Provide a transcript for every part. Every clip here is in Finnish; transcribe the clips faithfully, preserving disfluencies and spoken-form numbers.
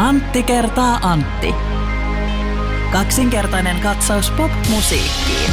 Antti kertaa Antti. Kaksinkertainen katsaus pop-musiikkiin.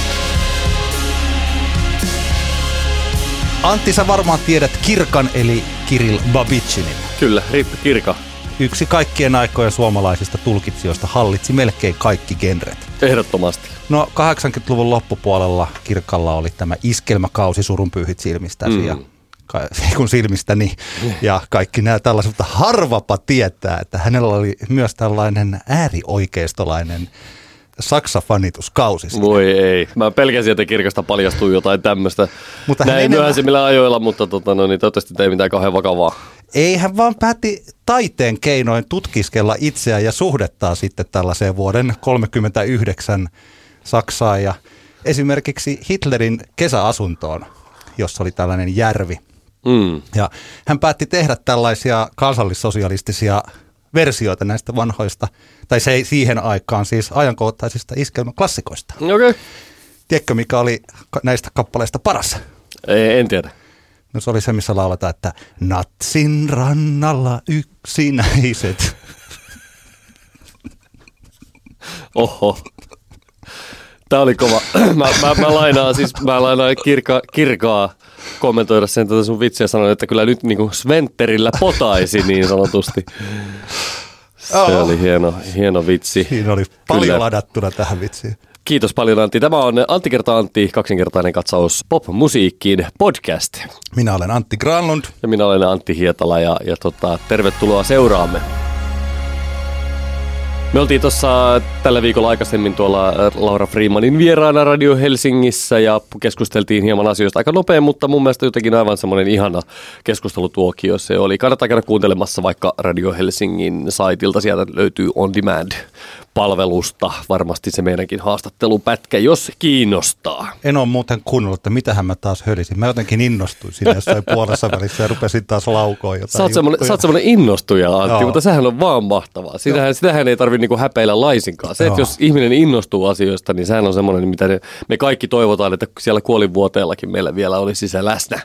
Antti, sä varmaan tiedät Kirkan eli Kirill Babitšinin. Kyllä, Rippi Kirka. Yksi kaikkien aikojen suomalaisista tulkitsijoista hallitsi melkein kaikki genret. Ehdottomasti. No kahdeksankymmentäluvun loppupuolella Kirkalla oli tämä iskelmäkausi Surun pyyhit silmistäsi mm. ja kun silmistäni ja kaikki nämä tällaiset, mutta harvapa tietää, että hänellä oli myös tällainen äärioikeistolainen Saksa-fanituskausi. Voi ei. Mä pelkäsin, että Kirkasta paljastuu jotain tämmöistä Mutta näin enemmän myöhäisemmillä ajoilla, mutta tota, no, niin toivottavasti ei mitään kauhean vakavaa. Ei, hän vaan päätti taiteen keinoin tutkiskella itseään ja suhdettaa sitten tällaiseen vuoden tuhatyhdeksänsataakolmekymmentäyhdeksän Saksaan ja esimerkiksi Hitlerin kesäasuntoon, jossa oli tällainen järvi. Mm. Ja hän päätti tehdä tällaisia kansallissosialistisia versioita näistä vanhoista, tai se siihen aikaan siis ajankohtaisista iskelmäklassikoista. Okei. Okay. Tiedätkö, mikä oli näistä kappaleista paras? Ei, en tiedä. No se oli se, missä lauletaan, että Natsin rannalla yksinäiset. Oho. Tää oli kova. Mä, mä, mä lainaan siis, mä lainaan kirka, kirkaa kommentoida sen tätä sun vitsiä ja sanoin, että kyllä nyt niinku Sventterillä potaisi niin sanotusti. Se oh. oli hieno, hieno vitsi. Siinä oli paljon kyllä ladattuna tähän vitsiin. Kiitos paljon Antti. Tämä on Antti kertaa Antti, kaksinkertainen katsaus pop-musiikkiin podcast. Minä olen Antti Granlund. Ja minä olen Antti Hietala ja, ja tota, tervetuloa seuraamme. Me oltiin tuossa tällä viikolla aikaisemmin tuolla Laura Freemanin vieraana Radio Helsingissä ja keskusteltiin hieman asioista aika nopea, mutta mun mielestä jotenkin aivan semmoinen ihana keskustelutuokio se oli. Kannattaa käydä kuuntelemassa vaikka Radio Helsingin saitilta, sieltä löytyy On Demand-palvelusta varmasti se meidänkin haastattelupätkä, jos kiinnostaa. En ole muuten kuunnellut, että mitähän mä taas hölisin. Mä jotenkin innostuin siinä jossain puolessa välissä ja rupesin taas laukoon jotain. Sä oot semmoinen, sä oot semmoinen innostuja, Antti, joo, mutta sehän on vaan mahtavaa. Sitähän, sitähän ei tarvitse niinku häpeillä laisinkaan. Se, että jos ihminen innostuu asioista, niin sehän on semmoinen, mitä ne, me kaikki toivotaan, että siellä kuolinvuoteellakin meillä vielä olisi se läsnä.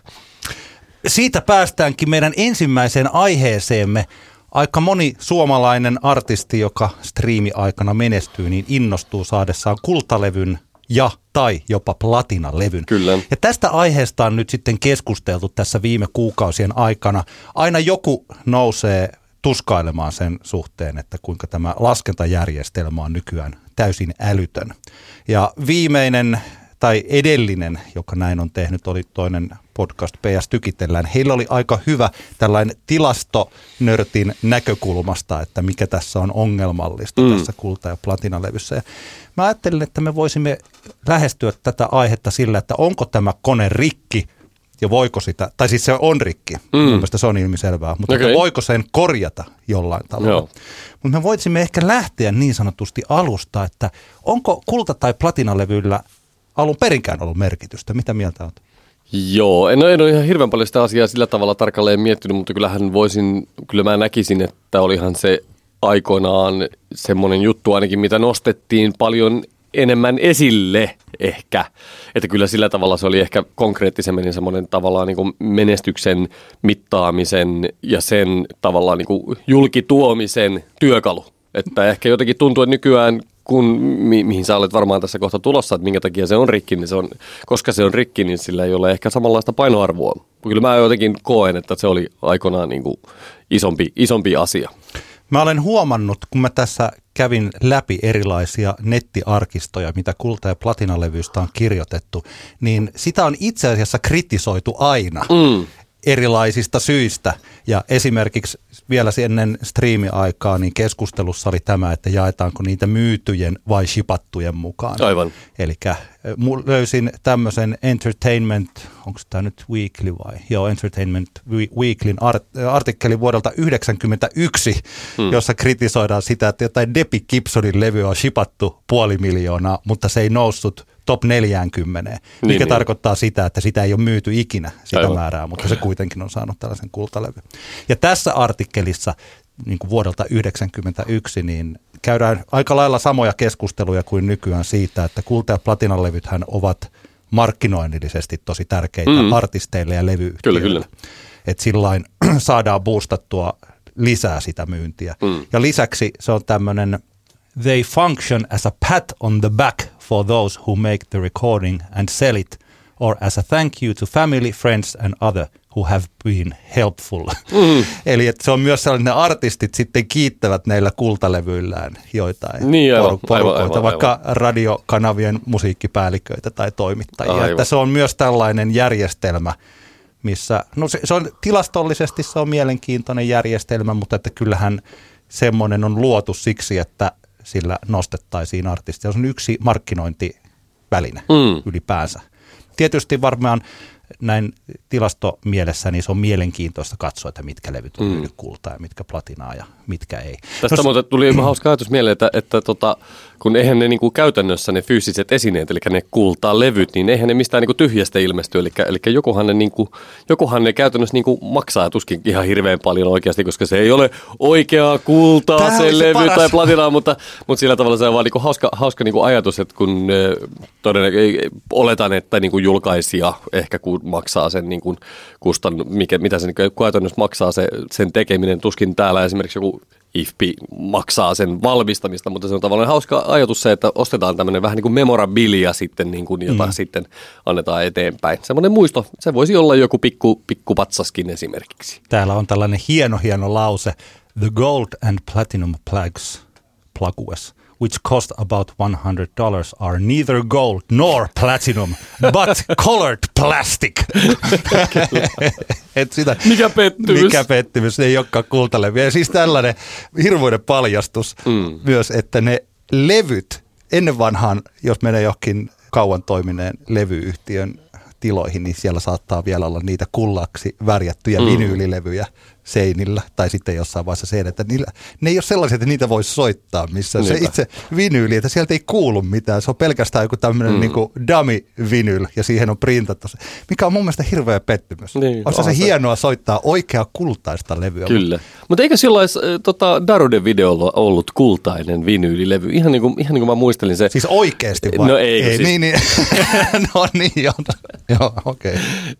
Siitä päästäänkin meidän ensimmäiseen aiheeseemme. Aika moni suomalainen artisti, joka striimi-aikana menestyy, niin innostuu saadessaan kultalevyn ja tai jopa platinalevyn. Kyllä. Ja tästä aiheesta on nyt sitten keskusteltu tässä viime kuukausien aikana. Aina joku nousee tuskailemaan sen suhteen, että kuinka tämä laskentajärjestelmä on nykyään täysin älytön. Ja viimeinen tai edellinen, joka näin on tehnyt, oli toinen podcast P S Tykitellään. Heillä oli aika hyvä tällainen tilastonörtin näkökulmasta, että mikä tässä on ongelmallista mm. tässä kulta- ja platinalevyssä. Ja mä ajattelin, että me voisimme lähestyä tätä aihetta sillä, että onko tämä kone rikki ja voiko sitä, tai siis se on rikki, mm. mun mielestä se on ilmiselvää, mutta okay, voiko sen korjata jollain tavalla. Mutta me voisimme ehkä lähteä niin sanotusti alusta, että onko kulta- tai platinalevyllä alun perinkään ollut merkitystä. Mitä mieltä olet? Joo, en ole, en ole ihan hirveän paljon sitä asiaa sillä tavalla tarkalleen miettinyt, mutta kyllähän voisin, kyllä mä näkisin, että olihan se aikoinaan semmoinen juttu ainakin, mitä nostettiin paljon enemmän esille ehkä. Että kyllä sillä tavalla se oli ehkä konkreettisemmin semmoinen tavallaan niin kuin menestyksen mittaamisen ja sen tavallaan niin kuin julkituomisen työkalu. Että ehkä jotenkin tuntuu, että nykyään kun, mi- mihin sä olet varmaan tässä kohta tulossa, että minkä takia se on rikki, niin se on, koska se on rikki, niin sillä ei ole ehkä samanlaista painoarvoa. Kyllä mä jotenkin koen, että se oli aikoinaan niin kuin isompi, isompi asia. Mä olen huomannut, kun mä tässä kävin läpi erilaisia nettiarkistoja, mitä kulta- ja platinalevyistä on kirjoitettu, niin sitä on itse asiassa kritisoitu aina. Mm. Erilaisista syistä. Ja esimerkiksi vielä ennen striimi-aikaa niin keskustelussa oli tämä, että jaetaanko niitä myytyjen vai shipattujen mukaan. Aivan. Eli löysin tämmöisen Entertainment, onko tämä nyt Weekly vai? Joo, Entertainment Weeklyn art- artikkeli vuodelta yhdeksänkymmentäyksi, hmm. jossa kritisoidaan sitä, että jotain Debbie Gibsonin levy on shipattu puoli miljoonaa, mutta se ei noussut top neljäkymmentä, mikä niin, tarkoittaa niin. sitä, että sitä ei ole myyty ikinä sitä Aivan. määrää, mutta se kuitenkin on saanut tällaisen kultalevy. Ja tässä artikkelissa niin kuin vuodelta yhdeksänkymmentäyksi niin käydään aika lailla samoja keskusteluja kuin nykyään siitä, että kulta- ja platinalevythän ovat markkinoinnillisesti tosi tärkeitä mm. artisteille ja levyyhtiöille. Kyllä, kyllä. Että sillain saadaan boostattua lisää sitä myyntiä. Mm. Ja lisäksi se on tämmöinen they function as a pat on the back for those who make the recording and sell it, or as a thank you to family, friends and other who have been helpful. Mm. Eli että se on myös sellainen, että ne artistit sitten kiittävät näillä kultalevyillään joitain niin, aivan, porukoita, aivan, aivan, vaikka aivan. radiokanavien musiikkipäälliköitä tai toimittajia. Aivan. Että se on myös tällainen järjestelmä, missä, no se, se on tilastollisesti se on mielenkiintoinen järjestelmä, mutta että kyllähän semmoinen on luotu siksi, että sillä nostettaisiin artistia. Se on yksi markkinointiväline mm. ylipäänsä. Tietysti varmaan näin tilastomielessä niin se on mielenkiintoista katsoa, että mitkä levyt on myynyt mm. kultaa ja mitkä platinaa ja mitkä ei. Tästä no, muuten tuli hauska ajatus mieleen, että, että tota, kun eihän ne niinku käytännössä ne fyysiset esineet, eli ne kultaa levyt, niin eihän ne mistään niinku tyhjästä ilmesty. Eli, eli jokuhan, ne niinku, jokuhan ne käytännössä niinku maksaa tuskin ihan hirveän paljon oikeasti, koska se ei ole oikeaa kultaa Tähän se levy paras. Tai platinaa, mutta, mutta sillä tavalla se on vaan niinku hauska, hauska niinku ajatus, että kun todennäköisesti oletan, että niinku julkaisija ehkä kun maksaa sen niinku kustan, mikä, mitä se niinku käytännössä maksaa se, sen tekeminen, tuskin täällä esimerkiksi joku I F P I maksaa sen valmistamista, mutta se on tavallaan hauska ajatus se, että ostetaan tämmöinen vähän niin kuin memorabilia sitten, niin kuin, jota mm. sitten annetaan eteenpäin. Semmoinen muisto, se voisi olla joku pikku, pikku patsaskin esimerkiksi. Täällä on tällainen hieno, hieno lause. The gold and platinum plugs, plugues, which cost about one hundred dollars are neither gold nor platinum, but colored plastic. Et sitä, mikä pettymys. Mikä pettymys, ne ei olekaan kultalevyjä. Ja siis tällainen hirmuinen paljastus mm. myös, että ne levyt, ennen vanhaan, jos menee johonkin kauan toimineen levyyhtiön tiloihin, niin siellä saattaa vielä olla niitä kullaksi värjättyjä mm. vinyylilevyjä seinillä, tai sitten jossain vaiheessa se, että niillä, ne ei ole sellaisia, että niitä voisi soittaa missään. Se itse vinyyli, että sieltä ei kuulu mitään. Se on pelkästään joku tämmöinen mm. niin kuin dummy-vinyl, ja siihen on printattu se, mikä on mun mielestä hirveä pettymys. Niin, Olisi se, se hienoa soittaa oikeaa kultaista levyä. Kyllä. Mutta eikö silloin tota, Darude videolla ollut kultainen vinyylilevy? Ihan niin kuin, ihan niin kuin mä muistelin se. Siis oikeasti vai? No eikö ei, siis? Niin, niin. no niin, on. Joo, okei.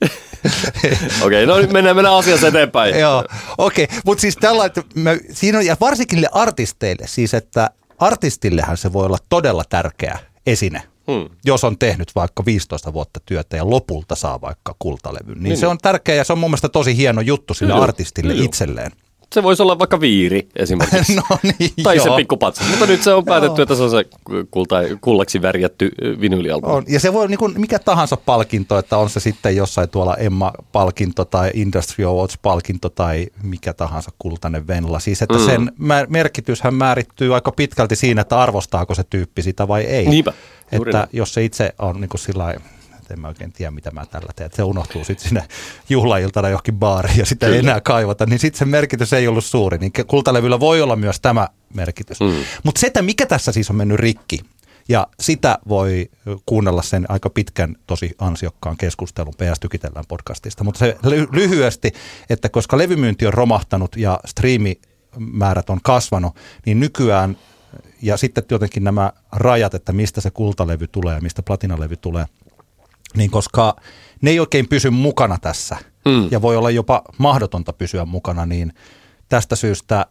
Okei, no nyt mennään, mennään asiassa eteenpäin. Joo, okei. Okay. Mutta siis tällä, että me, siinä on, ja varsinkin niille artisteille, siis että artistillehän se voi olla todella tärkeä esine, hmm. jos on tehnyt vaikka viisitoista vuotta työtä ja lopulta saa vaikka kultalevyn. Niin, niin se on tärkeä ja se on mun mielestä tosi hieno juttu sille Kyllä. artistille Kyllä. itselleen. Se voisi olla vaikka viiri esimerkiksi. no niin, tai joo. se pikkupatsas. Mutta nyt se on päätetty, että se on se kulta, kullaksi värjätty vinyylialbumi. On. Ja se voi olla niin kuin mikä tahansa palkinto, että on se sitten jossain tuolla Emma-palkinto tai Industry Awards-palkinto tai mikä tahansa kultainen venla. Siis että mm. sen merkityshän määrittyy aika pitkälti siinä, että arvostaako se tyyppi sitä vai ei. Niinpä. Että jos se itse on niin kuin sillai, en mä oikein tiedä, mitä mä tällä teen. Se unohtuu sitten sinne juhlailtana johonkin baariin ja sitä Kyllä. ei enää kaivata, niin sitten se merkitys ei ollut suuri. Niin kultalevyllä voi olla myös tämä merkitys. Mm. Mutta se, että mikä tässä siis on mennyt rikki, ja sitä voi kuunnella sen aika pitkän, tosi ansiokkaan keskustelun P S Tykitellään podcastista. Mutta se lyhyesti, että koska levymyynti on romahtanut ja striimimäärät on kasvanut, niin nykyään, ja sitten jotenkin nämä rajat, että mistä se kultalevy tulee ja mistä platinalevy tulee, niin koska ne ei oikein pysy mukana tässä mm. ja voi olla jopa mahdotonta pysyä mukana, niin tästä syystä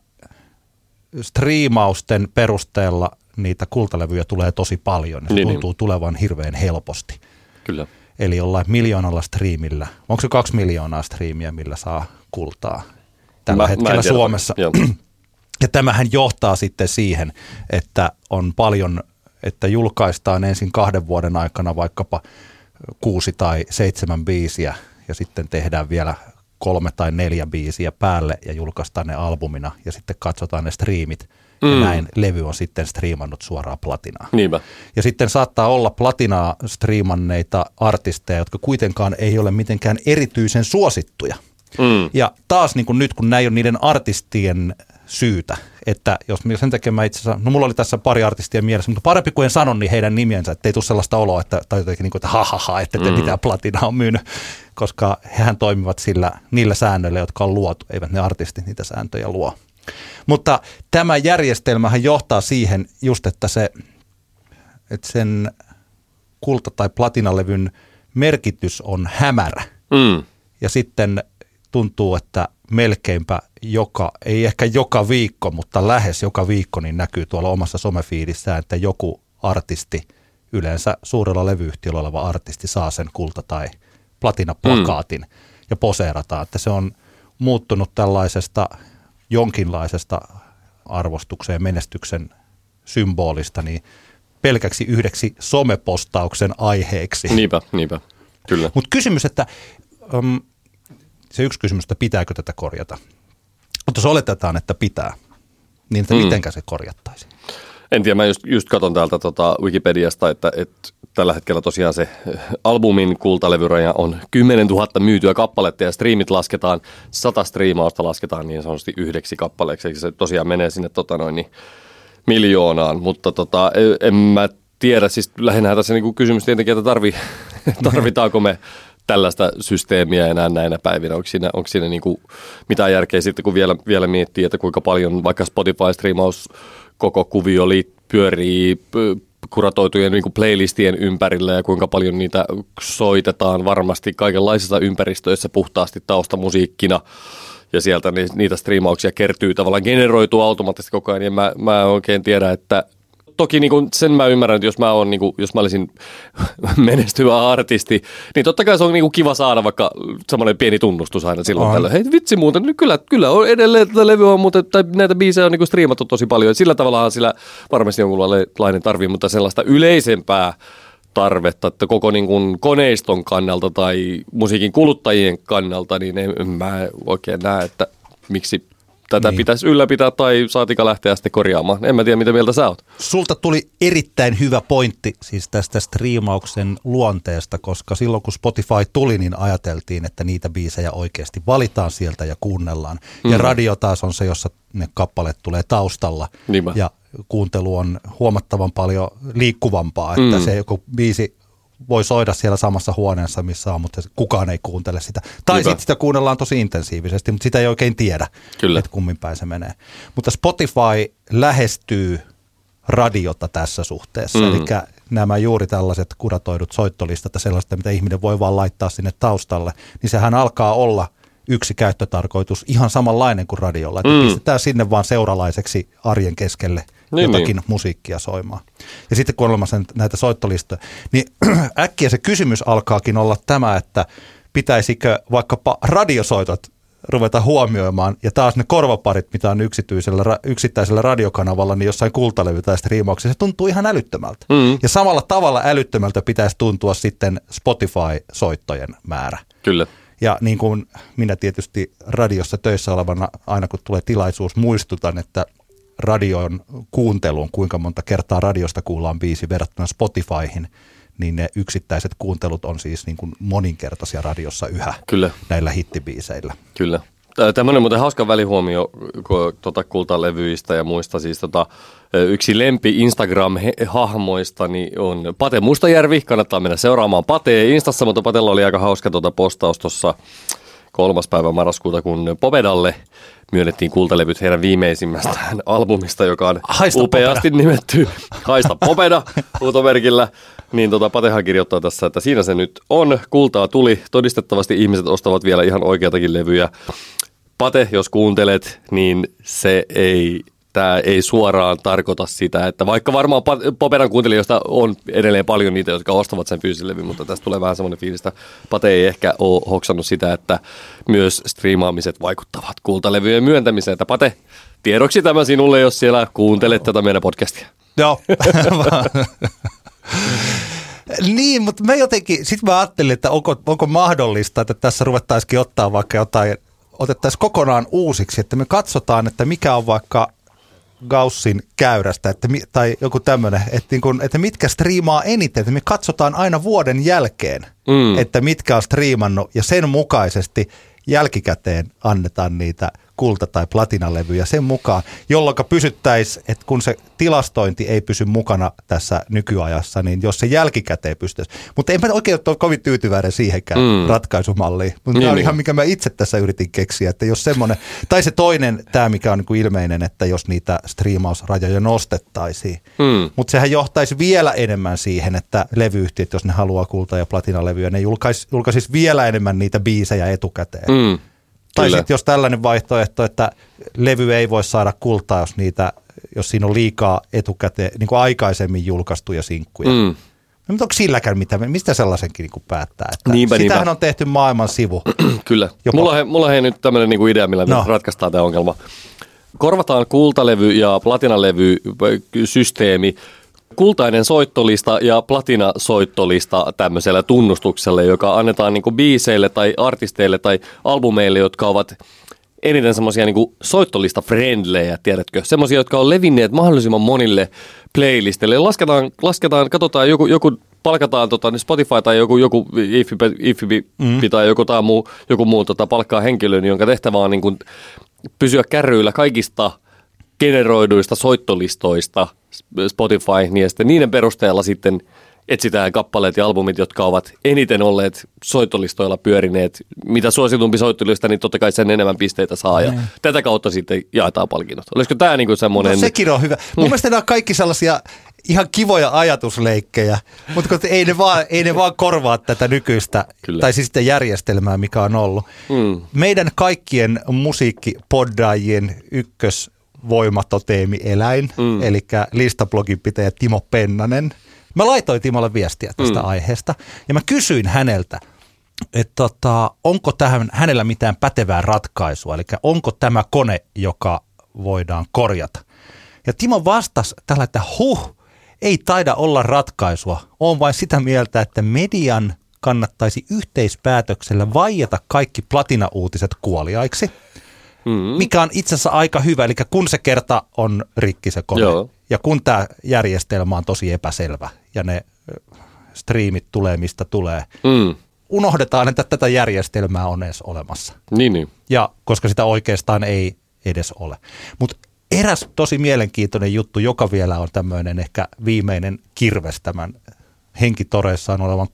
striimausten perusteella niitä kultalevyjä tulee tosi paljon. Se niin, tuntuu niin. tulevan hirveän helposti. Kyllä. Eli jollain miljoonalla striimillä. Onko se kaksi miljoonaa striimiä, millä saa kultaa tällä mä, hetkellä mä Suomessa? Ja tämähän johtaa sitten siihen, että on paljon, että julkaistaan ensin kahden vuoden aikana vaikkapa kuusi tai seitsemän biisiä ja sitten tehdään vielä kolme tai neljä biisiä päälle ja julkaistaan ne albumina ja sitten katsotaan ne striimit mm. ja näin levy on sitten striimannut suoraan platinaa. Niinpä. Ja sitten saattaa olla platinaa striimanneita artisteja, jotka kuitenkaan ei ole mitenkään erityisen suosittuja. Mm. Ja taas niin kuin nyt, kun näin on niiden artistien syytä, että jos sen takia mä itse asiassa, no mulla oli tässä pari artistia mielessä, mutta parempi kuin en sano niin heidän nimiensä, että ei tule sellaista oloa, että, tai jotenkin niin kuin, että ha ha ha, että te mm. mitään platinaa on myynyt, koska hehän toimivat sillä, niillä säännöillä, jotka on luotu, eivät ne artistit niitä sääntöjä luo. Mutta tämä järjestelmähän johtaa siihen just, että se, että sen kulta- tai platinalevyn merkitys on hämärä. Mm. Ja sitten tuntuu, että melkeinpä joka, ei ehkä joka viikko, mutta lähes joka viikko niin näkyy tuolla omassa somefiidissään, että joku artisti, yleensä suurella levyyhtiöllä oleva artisti saa sen kulta- tai platinaplakaatin mm. ja poseerataan. Että se on muuttunut tällaisesta jonkinlaisesta arvostuksen ja menestyksen symbolista niin pelkäksi yhdeksi somepostauksen aiheeksi. Niinpä, niinpä, kyllä. Mutta kysymys, että um, se yksi kysymys, että pitääkö tätä korjata? Mutta jos oletetaan, että pitää, niin että mm. mitenkä se korjattaisiin? En tiedä, mä just, just katson täältä tota Wikipediasta, että, että tällä hetkellä tosiaan se albumin kultalevyraja on kymmenen tuhatta myytyä kappaletta ja striimit lasketaan, sata striimausta lasketaan niin sanotusti yhdeksi kappaleeksi, eli se tosiaan menee sinne tota noin, niin miljoonaan, mutta tota, en mä tiedä, siis lähinnä tässä niinku kysymys tietenkin, että tarvi, tarvitaanko me tällaista systeemiä enää näinä päivinä, onko siinä, onko siinä niinku mitään järkeä sitten, kun vielä, vielä miettii, että kuinka paljon vaikka Spotify-striimaus koko kuvio pyörii kuratoitujen niin kuin playlistien ympärillä ja kuinka paljon niitä soitetaan varmasti kaikenlaisissa ympäristöissä puhtaasti taustamusiikkina ja sieltä niitä striimauksia kertyy tavallaan generoituu automaattisesti koko ajan ja mä, mä en oikein tiedä, että toki niin kuin sen mä ymmärrän, että jos mä, on, niin kuin, jos mä olisin menestyvä artisti, niin totta kai se on niin kuin kiva saada vaikka semmoinen pieni tunnustus aina silloin on. Tällä. Hei vitsi muuten, niin kyllä, kyllä on edelleen tätä levyä, mutta tai näitä biisejä on niin kuin striimattu tosi paljon. Et sillä tavallaan sillä varmasti jonkunlainen tarvii, mutta sellaista yleisempää tarvetta, että koko niin kuin koneiston kannalta tai musiikin kuluttajien kannalta, niin en mä oikein näe, että miksi tätä niin pitäisi ylläpitää tai saatika lähteä sitten korjaamaan. En mä tiedä, mitä mieltä sä oot. Sulta tuli erittäin hyvä pointti siis tästä striimauksen luonteesta, koska silloin kun Spotify tuli, niin ajateltiin, että niitä biisejä oikeasti valitaan sieltä ja kuunnellaan. Mm. Ja radio taas on se, jossa ne kappaleet tulee taustalla. Niinpä. Ja kuuntelu on huomattavan paljon liikkuvampaa, että mm. se joku biisi voi soida siellä samassa huoneessa, missä on, mutta kukaan ei kuuntele sitä. Tai sitten sitä kuunnellaan tosi intensiivisesti, mutta sitä ei oikein tiedä, Kyllä. että kummin päin se menee. Mutta Spotify lähestyy radiota tässä suhteessa, mm. eli nämä juuri tällaiset kuratoidut soittolistat ja sellaista, mitä ihminen voi vaan laittaa sinne taustalle, niin sehän alkaa olla yksi käyttötarkoitus ihan samanlainen kuin radiolla, että mm. pistetään sinne vaan seuralaiseksi arjen keskelle niin, jotakin niin. musiikkia soimaan. Ja sitten kun on olemassa näitä soittolistoja, niin äkkiä se kysymys alkaakin olla tämä, että pitäisikö vaikkapa radiosoitot ruveta huomioimaan, ja taas ne korvaparit, mitä on yksityisellä, yksittäisellä radiokanavalla, niin jossain kultalevy tai striimauksessa, se tuntuu ihan älyttömältä. Mm. Ja samalla tavalla älyttömältä pitäisi tuntua sitten Spotify-soittojen määrä. Kyllä. Ja niin kuin minä tietysti radiossa töissä olevana, aina kun tulee tilaisuus, muistutan, että radion kuunteluun, kuinka monta kertaa radiosta kuullaan biisi verrattuna Spotifyhin, niin ne yksittäiset kuuntelut on siis niin kuin moninkertaisia radiossa yhä Kyllä. näillä hittibiiseillä. Kyllä. Tämmöinen muuten hauska välihuomio tuota kultalevyistä ja muista. Siis tota, yksi lempi Instagram-hahmoista niin on Pate Mustajärvi. Kannattaa mennä seuraamaan Patea Instassa, mutta Patella oli aika hauska tuota postaus tuossa kolmas päivä marraskuuta, kun Popedalle myönnettiin kultalevyt heidän viimeisimmästään albumista, joka on Haista upeasti Popeda. Nimetty Haista Popeda huutomerkillä. Niin tota, Patehan kirjoittaa tässä, että siinä se nyt on. Kultaa tuli. Todistettavasti ihmiset ostavat vielä ihan oikeatakin levyjä. Pate, jos kuuntelet, niin se ei, tämä ei suoraan tarkoita sitä, että vaikka varmaan Popedan kuuntelijoista on edelleen paljon niitä, jotka ostavat sen fyysisen levyn, mutta tästä tulee vähän semmoinen fiilis, että Pate ei ehkä ole hoksannut sitä, että myös striimaamiset vaikuttavat kultalevyjen myöntämiseen. Että Pate, tiedoksi tämä sinulle, jos siellä kuuntelet tätä meidän podcastia. Joo. Niin, mutta mä jotenkin, sit mä ajattelin, että onko, onko mahdollista, että tässä ruvettaisikin ottaa vaikka jotain, otettaisiin kokonaan uusiksi, että me katsotaan, että mikä on vaikka Gaussin käyrästä, että, tai joku tämmöinen, että, niin kun, että mitkä striimaa eniten, että me katsotaan aina vuoden jälkeen, mm. että mitkä on striimannut ja sen mukaisesti jälkikäteen annetaan niitä kulta- tai platinalevyjä sen mukaan, jolloin pysyttäisiin, että kun se tilastointi ei pysy mukana tässä nykyajassa, niin jos se jälkikäteen pystyisi. Mutta en mä oikein ole kovin tyytyväinen siihenkään mm. ratkaisumalliin. Mutta niin, tämä on niin. ihan mikä mä itse tässä yritin keksiä, että jos semmoinen, tai se toinen, tämä mikä on niin kuin ilmeinen, että jos niitä striimausrajoja nostettaisiin. Mm. Mutta sehän johtaisi vielä enemmän siihen, että levyyhtiöt, jos ne haluaa kulta- ja platinalevyjä, ne julkais, julkaisisi vielä enemmän niitä biisejä etukäteen. Mm. Tai sitten jos tällainen vaihtoehto, että levy ei voi saada kultaa, jos, niitä, jos siinä on liikaa etukäteen, niin kuin aikaisemmin julkaistuja sinkkuja. Mm. No, mutta onko silläkään mitään? Mistä sellaisenkin niin päättää? Että niinpä, sitähän niinpä. on tehty maailman sivu. Kyllä. Jopa. Mulla on, he, mulla on he nyt tämmöinen niin kuin idea, millä no. ratkaistaan tämä ongelma. Korvataan kultalevy ja platinalevy systeemi, kultainen soittolista ja platinasoittolista tämmöisellä tunnustuksella, joka annetaan niin kuin biiseille tai artisteille tai albumeille, jotka ovat eniten semmoisia niin kuin soittolista-friendlejä, tiedätkö? Semmoisia, jotka on levinneet mahdollisimman monille playlisteille. Lasketaan, lasketaan katsotaan, joku, joku palkataan tota, niin Spotify tai joku, joku Ifpi mm. tai joku, tai muu, joku muu tota, palkkaa henkilön, jonka tehtävä on niin kuin pysyä kärryillä kaikista generoiduista soittolistoista Spotify, niin ja sitten niiden perusteella sitten etsitään kappaleet ja albumit, jotka ovat eniten olleet soittolistoilla pyörineet. Mitä suositumpi soittolista, niin totta kai sen enemmän pisteitä saa ja mm. tätä kautta sitten jaetaan palkinnot. Olisiko tämä niinku semmoinen... No sekin on hyvä. Mun mielestä nämä on kaikki sellaisia ihan kivoja ajatusleikkejä, mutta ei ne vaan, ei ne vaan korvaa tätä nykyistä, Kyllä. tai siis sitä järjestelmää, mikä on ollut. Mm. Meidän kaikkien musiikkipoddaajien ykkösvoimatoteemi eläin, mm. eli listablogin pitäjä Timo Pennanen. Mä laitoin Timolle viestiä tästä mm. aiheesta ja mä kysyin häneltä, että tota, onko tähän hänellä mitään pätevää ratkaisua, eli onko tämä kone, joka voidaan korjata. Ja Timo vastasi tällä, että huh, ei taida olla ratkaisua. Olen vain sitä mieltä, että median kannattaisi yhteispäätöksellä vaieta kaikki platinauutiset kuoliaiksi, mm. mikä on itse asiassa aika hyvä, eli kun se kerta on rikki se kone. Joo. Ja kun tämä järjestelmä on tosi epäselvä ja ne striimit tulee mistä tulee, mm. unohdetaan, että tätä järjestelmää on edes olemassa. Niin, niin. Ja koska sitä oikeastaan ei edes ole. Mutta eräs tosi mielenkiintoinen juttu, joka vielä on tämmöinen ehkä viimeinen kirves tämän henkitoreissaan olevan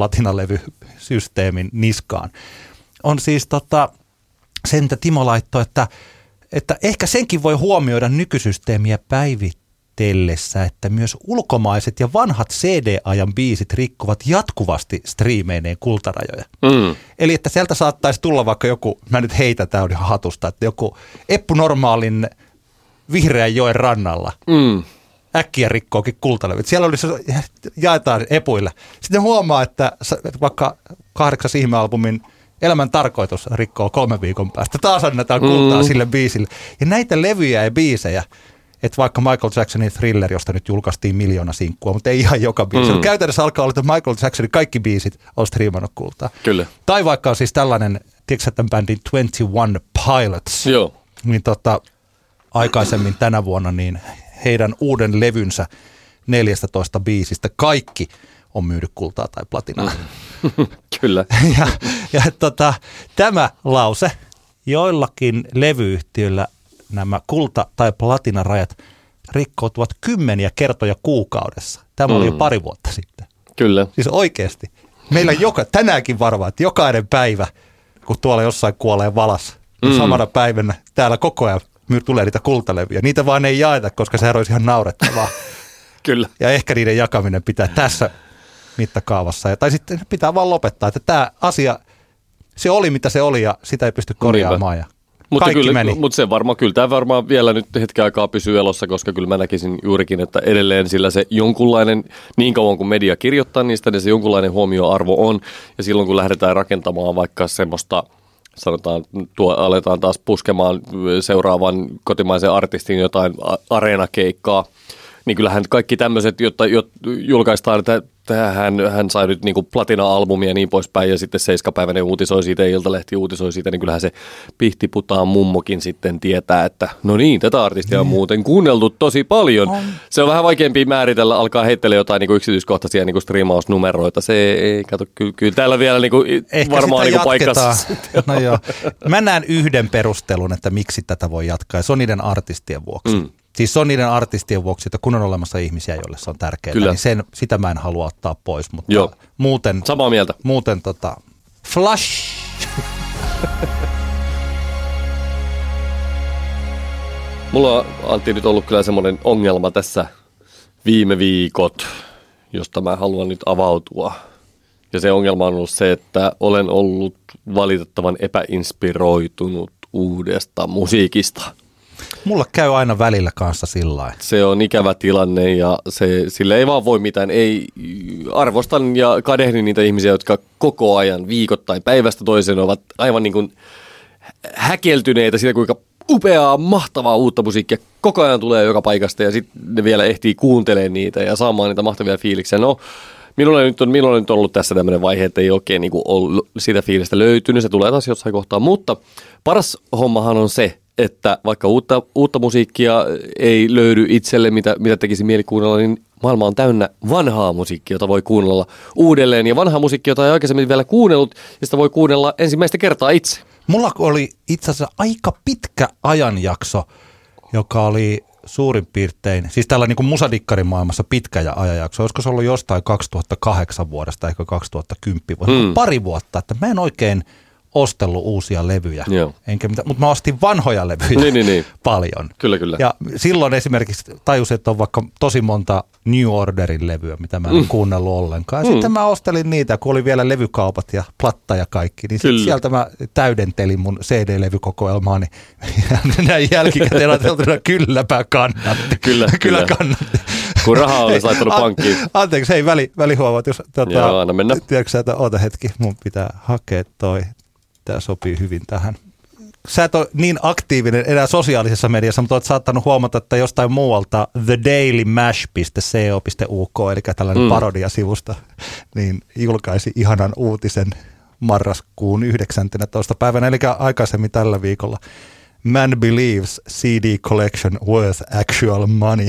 kulta-platinalevy-systeemin niskaan, on siis tota, sen, että Timo laittoi, että, että ehkä senkin voi huomioida nykysysteemiä päivittäin, että myös ulkomaiset ja vanhat C D-ajan biisit rikkovat jatkuvasti striimeineen kultarajoja. Mm. Eli että sieltä saattaisi tulla vaikka joku, mä nyt heitän, tämä on ihan hatusta, että joku Eppu Normaalin Vihreän joen rannalla mm. äkkiä rikkookin kultalevyt. Siellä oli, jaetaan epuille. Sitten huomaa, että vaikka kahdeksas ihmealbumin Elämän tarkoitus rikkoo kolmen viikon päästä. Taas annetaan kultaa mm. sille biisille. Ja näitä levyjä ja biisejä, että vaikka Michael Jacksonin Thriller, josta nyt julkaistiin miljoona sinkkua, mutta ei ihan joka biisi. Mm. Käytännössä alkaa olla, että Michael Jacksonin kaikki biisit on striimannut kultaa. Kyllä. Tai vaikka on siis tällainen, tiedätkö tämän bändin twenty-one Pilots, Joo. niin tota, aikaisemmin tänä vuonna niin heidän uuden levynsä neljätoista biisistä kaikki on myynyt kultaa tai platinaa. Mm. Kyllä. ja ja tota, tämä lause, joillakin levyyhtiöillä nämä kulta- tai platinarajat rikkoutuvat kymmeniä kertoja kuukaudessa. Tämä mm. oli jo pari vuotta sitten. Kyllä. Siis oikeasti. Meillä joka, tänäänkin varmaan, että jokainen päivä, kun tuolla jossain kuolee valas, niin mm. samana päivänä täällä koko ajan tulee niitä kultalevyjä. Niitä vaan ei jaeta, koska sehän olisi ihan naurettavaa. Kyllä. Ja ehkä niiden jakaminen pitää tässä mittakaavassa. Ja, tai sitten pitää vaan lopettaa, että tämä asia, se oli mitä se oli ja sitä ei pysty korjaamaan. Ja mutta, kyllä, mutta se varmaan, kyllä tämä varmaan vielä nyt hetken aikaa pysyy elossa, koska kyllä mä näkisin juurikin, että edelleen sillä se jonkunlainen, niin kauan kuin media kirjoittaa niistä, niin se jonkunlainen huomioarvo on. Ja silloin kun lähdetään rakentamaan vaikka semmoista, sanotaan, tuo, aletaan taas puskemaan seuraavan kotimaisen artistin jotain areenakeikkaa, niin kyllähän kaikki tämmöiset, jotta, jotta julkaistaan, että hän, hän sai nyt niin kuin platina-albumia ja niin poispäin, ja sitten seiskapäiväinen uutisoi siitä, Iltalehti uutisoi siitä, niin kyllähän se pihtiputaan mummokin sitten tietää, että no niin, tätä artistia on muuten kuunneltu tosi paljon. On. Se on vähän vaikeampi määritellä, alkaa heittele jotain niin kuin yksityiskohtaisia niin kuin striimausnumeroita. Se ei, kato, kyllä, kyllä täällä vielä niin kuin varmaan niin kuin paikassa. No joo. Mä näen yhden perustelun, että miksi tätä voi jatkaa, ja se on niiden artistien vuoksi. Mm. Siis se on niiden artistien vuoksi, että kun on olemassa ihmisiä, joille se on tärkeää, Kyllä. niin sen, sitä mä en halua ottaa pois, mutta Joo. muuten... Samaa mieltä. Muuten tota... Flash! Mulla on, Antti, nyt ollut kyllä semmoinen ongelma tässä viime viikot, josta mä haluan nyt avautua. Ja se ongelma on ollut se, että olen ollut valitettavan epäinspiroitunut uudesta musiikista. Mulla käy aina välillä kanssa sillain. Se on ikävä tilanne ja se, sille ei vaan voi mitään. Ei, arvostan ja kadehdin niitä ihmisiä, jotka koko ajan viikoittain päivästä toiseen ovat aivan niin kuin häkeltyneitä siitä, kuinka upeaa, mahtavaa uutta musiikkia koko ajan tulee joka paikasta ja sitten ne vielä ehtii kuuntelemaan niitä ja saamaan niitä mahtavia fiiliksiä. No, minulla nyt on, minulla on nyt ollut tässä tämmöinen vaihe, että ei oikein niin kuin ollut sitä fiilistä löytynyt. Se tulee taas jossain kohtaa, mutta paras hommahan on se, että vaikka uutta, uutta musiikkia ei löydy itselle, mitä, mitä tekisi mieli kuunnella, niin maailma on täynnä vanhaa musiikkia, jota voi kuunnella uudelleen. Ja vanhaa musiikkia, jota ei aikaisemmin vielä kuunnellut, ja sitä voi kuunnella ensimmäistä kertaa itse. Mulla oli itse asiassa aika pitkä ajanjakso, joka oli suurin piirtein, siis tällä niin kuin musadikkarin maailmassa pitkä ja ajanjakso. Olisiko se ollut jostain kaksituhattakahdeksan vuodesta, ehkä kaksituhattakymmenen vuodesta. Hmm. Pari vuotta, että mä en oikein ostellut uusia levyjä, enkä mitään, mutta mä ostin vanhoja levyjä niin, niin, niin. paljon. Kyllä, kyllä. Ja silloin esimerkiksi tajusin, että on vaikka tosi monta New Orderin levyä, mitä mä en mm. kuunnellut ollenkaan. Ja mm. sitten mä ostelin niitä, kun oli vielä levykaupat ja platta ja kaikki, niin sieltä mä täydentelin mun C D-levykokoelmaani. Ja näin jälkikäteen ajateltuna, kylläpä kannatti. Kyllä, kyllä kannatti. Kun rahaa olisi laittanut pankkiin. Anteeksi, hei, väli, välihuomaat, jos tota, joo, anna mennä. Tiedätkö sä, että oota hetki, mun pitää hakea toi. Tämä sopii hyvin tähän. Sä et ole niin aktiivinen enää sosiaalisessa mediassa, mutta olet saattanut huomata, että jostain muualta the daily mash piste co piste u k, eli tällainen mm. parodiasivusta, niin julkaisi ihanan uutisen marraskuun yhdeksäntenätoista päivänä, eli aikaisemmin tällä viikolla. Man believes C D collection worth actual money.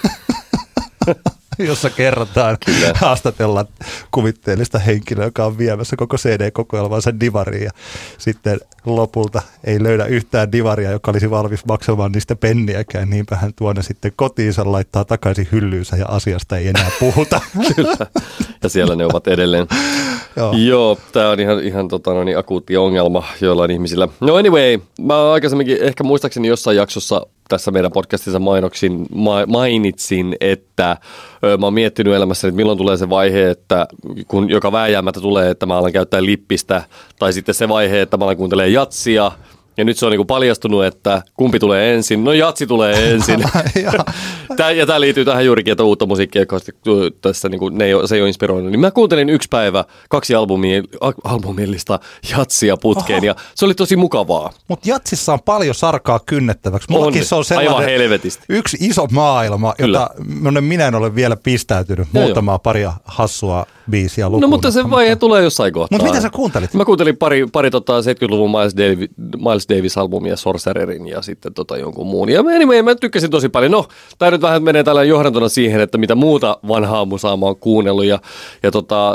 Jossa kerrotaan, kyllä, haastatellaan kuvitteellista henkilöä, joka on viemässä koko C D-kokoelmansa divariin ja sitten lopulta ei löydä yhtään divaria, joka olisi valmis maksamaan niistä penniäkään. Niinpä hän tuonne sitten kotiinsa laittaa takaisin hyllyynsä ja asiasta ei enää puhuta. Kyllä, ja siellä ne ovat edelleen. Joo, Joo tämä on ihan, ihan tota, no niin, akuutti ongelma joillain ihmisillä. No anyway, mä aikaisemminkin ehkä muistaakseni jossain jaksossa tässä meidän podcastissa mainoksin, ma- mainitsin, että ö, mä oon miettinyt elämässäni, että milloin tulee se vaihe, että kun joka vääjäämättä tulee, että mä alan käyttää lippistä, tai sitten se vaihe, että mä alan kuuntelemaan jatsia. Ja nyt se on niin kuin paljastunut, että kumpi tulee ensin. No jatsi tulee ensin. Tää, ja tämä liittyy tähän juurikin, että uutta musiikkia, koska tässä niin kuin, ne ei ole, se ei ole inspiroinut. Niin mä kuuntelin yksi päivä kaksi albumia, albumillista jatsia putkeen. Oho. Ja se oli tosi mukavaa. Mutta jatsissa on paljon sarkaa kynnettäväksi. Mullakin on, se on sellainen yksi iso maailma, kyllä, jota minä en ole vielä pistäytynyt. Ja muutamaa jo. paria hassua biisiä lukuun. No mutta se vaihe tulee jossain kohtaa. Mutta mitä sä kuuntelit? Mä kuuntelin pari, pari tota, seitsemänkymmentäluvun Miles Davis, Miles Davis-albumia, Sorcererin ja sitten tota jonkun muun. Ja anyway, mä tykkäsin tosi paljon. No, tää nyt vähän menee tällä johdantona siihen, että mitä muuta vanhaa musaa mä oon kuunnellut. Ja, ja tota,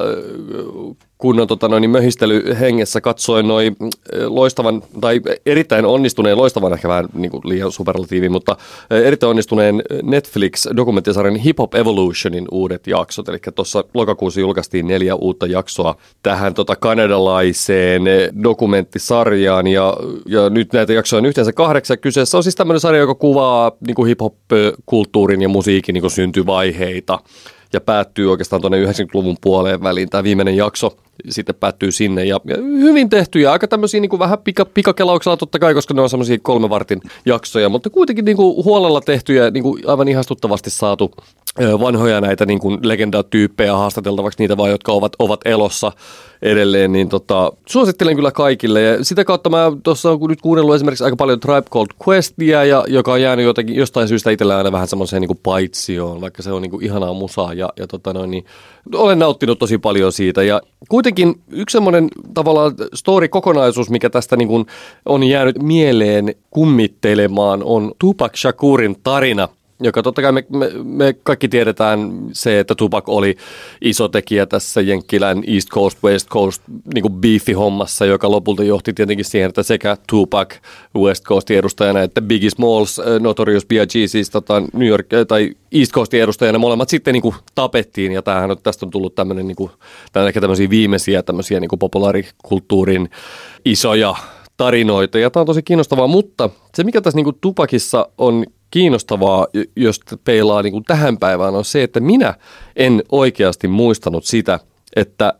kunnon tota, noin, möhistelyhengessä katsoin noin loistavan, tai erittäin onnistuneen, loistavan ehkä vähän niin kuin liian superlatiivi, mutta erittäin onnistuneen Netflix-dokumenttisarjan Hip Hop Evolutionin uudet jaksot. Eli tuossa lokakuussa julkaistiin neljä uutta jaksoa tähän tota, kanadalaiseen dokumenttisarjaan, ja, ja nyt näitä jaksoja on yhteensä kahdeksan. Kyseessä on siis tämmöinen sarja, joka kuvaa niin kuin hip-hop-kulttuurin ja musiikin niin kuin syntyvaiheita. Ja päättyy oikeastaan tuonne yhdeksänkymmentäluvun puoleen väliin. Tämä viimeinen jakso sitten päättyy sinne. Ja, ja hyvin tehty ja aika tämmöisiä niin kuin vähän pika, pikakelauksella totta kai, koska ne on semmoisia kolme vartin jaksoja. Mutta kuitenkin niin kuin huolella tehty ja niin kuin aivan ihastuttavasti saatu vanhoja näitä niin kuin legendatyyppejä haastateltavaksi, niitä vaan, jotka ovat, ovat elossa edelleen, niin tota, suosittelen kyllä kaikille. Ja sitä kautta mä tuossa olen nyt kuunnellut esimerkiksi aika paljon Tribe Called Questia, ja, joka on jäänyt jotenkin, jostain syystä itsellä aina vähän semmoiseen niin kuin paitsioon, vaikka se on niin kuin ihanaa musaa. Ja, ja tota noin, niin olen nauttinut tosi paljon siitä. Ja kuitenkin yksi semmoinen tavallaan story-kokonaisuus, mikä tästä niin kuin on jäänyt mieleen kummittelemaan, on Tupac Shakurin tarina, joka totta kai me, me, me kaikki tiedetään se, että Tupac oli iso tekijä tässä Jenkkilän East Coast, West Coast niin kuin beefi-hommassa, joka lopulta johti tietenkin siihen, että sekä Tupac West Coastin edustajana että Biggie Smalls, Notorious B I G siis tota New York tai East Coastin edustajana molemmat sitten niin kuin tapettiin, ja tämähän on, tästä on tullut tämmöinen, niin kuin, tämä on ehkä tämmöisiä viimeisiä tämmöisiä niin kuin populaarikulttuurin isoja tarinoita, ja tämä on tosi kiinnostavaa, mutta se mikä tässä niin kuin Tupacissa on kiinnostavaa, jos peilaa niin kuin tähän päivään, on se, että minä en oikeasti muistanut sitä, että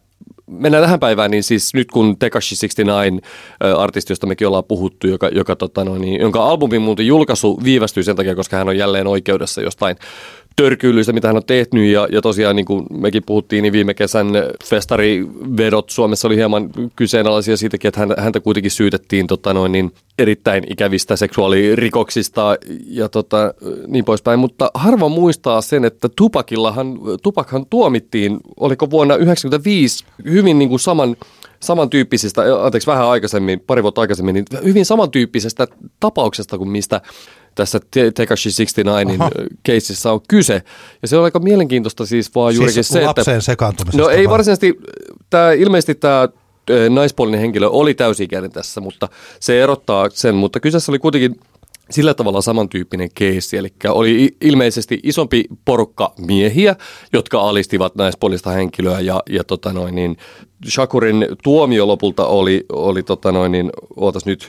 mennään tähän päivään, niin siis nyt kun Tekashi kuusikymmentäyhdeksän-artisti, josta mekin ollaan puhuttu, joka, joka, tota no, niin, jonka albumin muuten julkaisu viivästyy sen takia, koska hän on jälleen oikeudessa jostain törkyilyistä, mitä hän on tehnyt, ja, ja tosiaan niin kuin mekin puhuttiin, niin viime kesän festarivedot Suomessa oli hieman kyseenalaisia siitäkin, että häntä, häntä kuitenkin syytettiin tota noin, niin erittäin ikävistä seksuaalirikoksista ja tota, niin poispäin, mutta harva muistaa sen, että Tupacillahan, Tupachan tuomittiin, oliko vuonna yhdeksänkymmentäviisi hyvin niin kuin saman, samantyyppisistä, anteeksi vähän aikaisemmin, pari vuotta aikaisemmin, niin hyvin samantyyppisestä tapauksesta kuin mistä tässä Tekashi kuusikymmentäyhdeksänin keississä on kyse. Ja se on aika mielenkiintoista siis vaan juurikin siis se, että... lapseen sekaantumisesta. No ei varsinaisesti, tämä, ilmeisesti tämä naispuolinen henkilö oli täysi-ikäinen tässä, mutta se erottaa sen. Mutta kyseessä oli kuitenkin sillä tavalla samantyyppinen keissi, eli oli ilmeisesti isompi porukka miehiä, jotka alistivat naispuolista henkilöä, ja, ja tota noin, niin Shakurin tuomio lopulta oli, oli tota noin, niin, ootas nyt,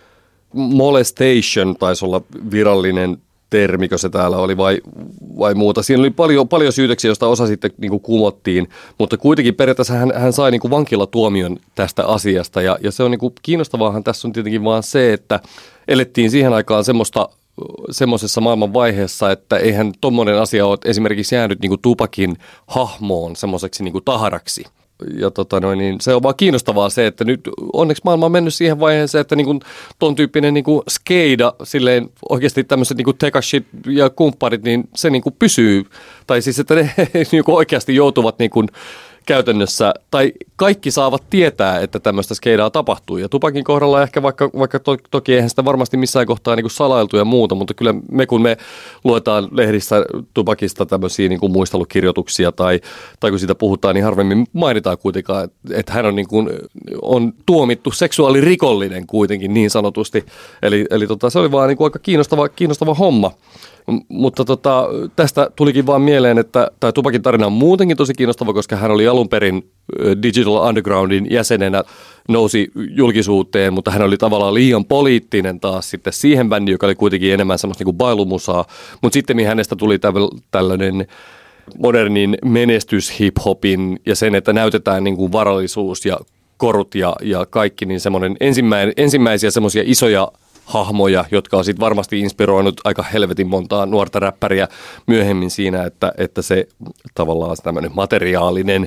molestation taisi olla virallinen termikö se täällä oli vai, vai muuta. Siinä oli paljon, paljon syytöksiä, joista osa sitten niin kuin kumottiin, mutta kuitenkin periaatteessa hän, hän sai niin kuin vankilatuomion tästä asiasta. Ja, ja se on niin kuin kiinnostavaahan tässä on tietenkin vaan se, että elettiin siihen aikaan semmoista, semmoisessa maailman vaiheessa, että eihän tommoinen asia ole esimerkiksi jäänyt niin kuin Tupacin hahmoon semmoiseksi niin kuin taharaksi. Ja tota noin, niin se on vaan kiinnostavaa se, että nyt onneksi maailma on mennyt siihen vaiheeseen, että niin ton tyyppinen niin skeida, silleen oikeasti tämmöiset niin Tekashit ja kumpparit, niin se niin pysyy. Tai siis, että ne niin oikeasti joutuvat niin kuin käytännössä, tai kaikki saavat tietää, että tämmöistä skeidaa tapahtuu. Ja Tupacin kohdalla ehkä vaikka, vaikka to, toki eihän sitä varmasti missään kohtaa niin kuin salailtu ja muuta, mutta kyllä me kun me luetaan lehdissä Tupacista tämmöisiä niin kuin muistelukirjoituksia tai, tai kun siitä puhutaan, niin harvemmin mainitaan kuitenkaan, että hän on, niin kuin, on tuomittu seksuaalirikollinen kuitenkin niin sanotusti. Eli, eli tota, se oli vaan niin kuin aika kiinnostava, kiinnostava homma. Mutta tota, tästä tulikin vaan mieleen, että tämä Tupacin tarina on muutenkin tosi kiinnostava, koska hän oli alun perin Digital Undergroundin jäsenenä, nousi julkisuuteen, mutta hän oli tavallaan liian poliittinen taas sitten siihen bändiin, joka oli kuitenkin enemmän semmoista niin kuin bailumusaa. Mutta sitten hänestä tuli tällainen modernin menestys hip-hopin ja sen, että näytetään niin kuin varallisuus ja korut ja, ja kaikki, niin semmoinen ensimmäinen, ensimmäisiä semmoisia isoja hahmoja, jotka on sitten varmasti inspiroinut aika helvetin montaa nuorta räppäriä myöhemmin siinä, että, että se tavallaan tämmöinen materiaalinen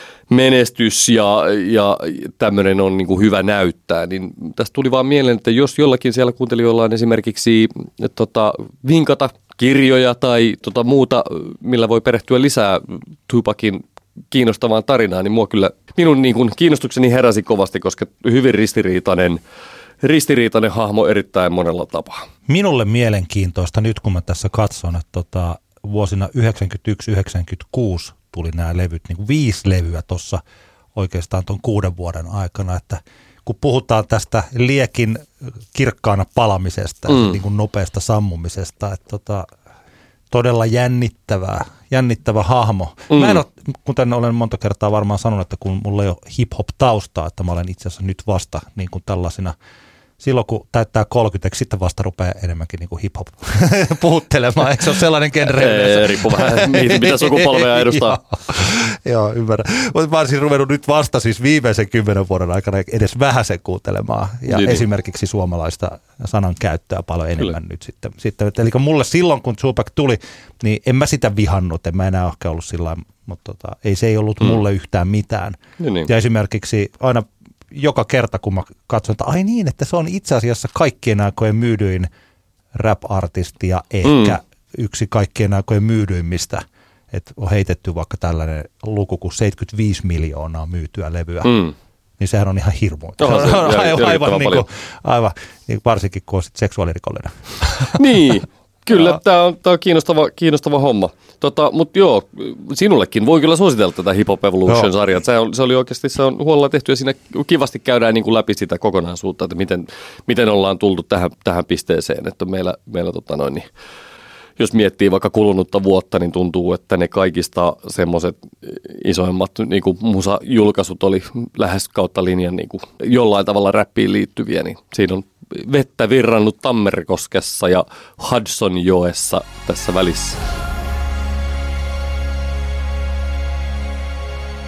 menestys ja, ja tämmöinen on niin kuin hyvä näyttää. Niin tästä tuli vaan mieleen, että jos jollakin siellä kuuntelijoilla on esimerkiksi tota, vinkata kirjoja tai tota, muuta, millä voi perehtyä lisää Tupacin kiinnostavaan tarinaan, niin mua kyllä, minun niin kuin kiinnostukseni heräsi kovasti, koska hyvin ristiriitainen Ristiriitainen hahmo erittäin monella tapaa. Minulle mielenkiintoista nyt, kun mä tässä katson, että tota, vuosina yhdeksänkymmentäyksi yhdeksänkymmentäkuusi tuli nämä levyt, niin kuin viisi levyä tuossa oikeastaan tuon kuuden vuoden aikana, että kun puhutaan tästä liekin kirkkaana palamisesta, mm. niin kuin nopeasta sammumisesta, että tota, todella jännittävää, jännittävä hahmo. Mm. Mä en ole, kuten olen monta kertaa varmaan sanonut, että kun mulla ei ole hip-hop-taustaa, että mä olen itse asiassa nyt vasta niin kuin tällaisina, silloin kun täyttää kolmekymmentä, sitten vasta rupeaa enemmänkin niin kuin hip-hop puhuttelemaan. Eikö se ole sellainen genre? Riippuu vähän, mitä sukupolvea edustaa. Joo, joo, ymmärrän. Mutta mä olisin ruvennut nyt vasta siis viimeisen kymmenen vuoden aikana edes vähäsen kuuntelemaan. Ja niin, esimerkiksi suomalaista sanan käyttöä paljon enemmän Kyllä. nyt sitten. sitten. Eli mulle silloin, kun Tupac tuli, niin en mä sitä vihannut. En mä enää ehkä ollut sillä lailla, mutta tota, ei se ei ollut hmm. mulle yhtään mitään. Niin, niin. Ja esimerkiksi aina joka kerta, kun mä katson, että ai niin, että se on itse asiassa kaikkien aikojen myydyin rap-artisti ja ehkä mm. yksi kaikkien aikojen myydyimmistä, että on heitetty vaikka tällainen luku kuin seitsemänkymmentäviisi miljoonaa myytyä levyä, mm. niin sehän on ihan hirmu. Se on, se on aivan, aivan, niin kuin, aivan niin varsinkin kun on seksuaalirikollinen. Niin. Kyllä, tämä on, tämä on kiinnostava, kiinnostava homma. Tota, mutta joo, sinullekin voi kyllä suositella tätä Hip Hop Evolution-sarjaa. Se, se oli oikeasti, se on huolella tehty ja siinä kivasti käydään niin kuin läpi sitä kokonaisuutta, että miten, miten ollaan tultu tähän, tähän pisteeseen. Että meillä, meillä tota noin, niin, jos miettii vaikka kulunutta vuotta, niin tuntuu, että ne kaikista semmoiset isoimmat niin kuin musajulkaisut oli lähes kautta linjan niin kuin jollain tavalla räppiin liittyviä, niin siinä on vettä virrannut Tammerkoskessa ja Hudsonjoessa tässä välissä.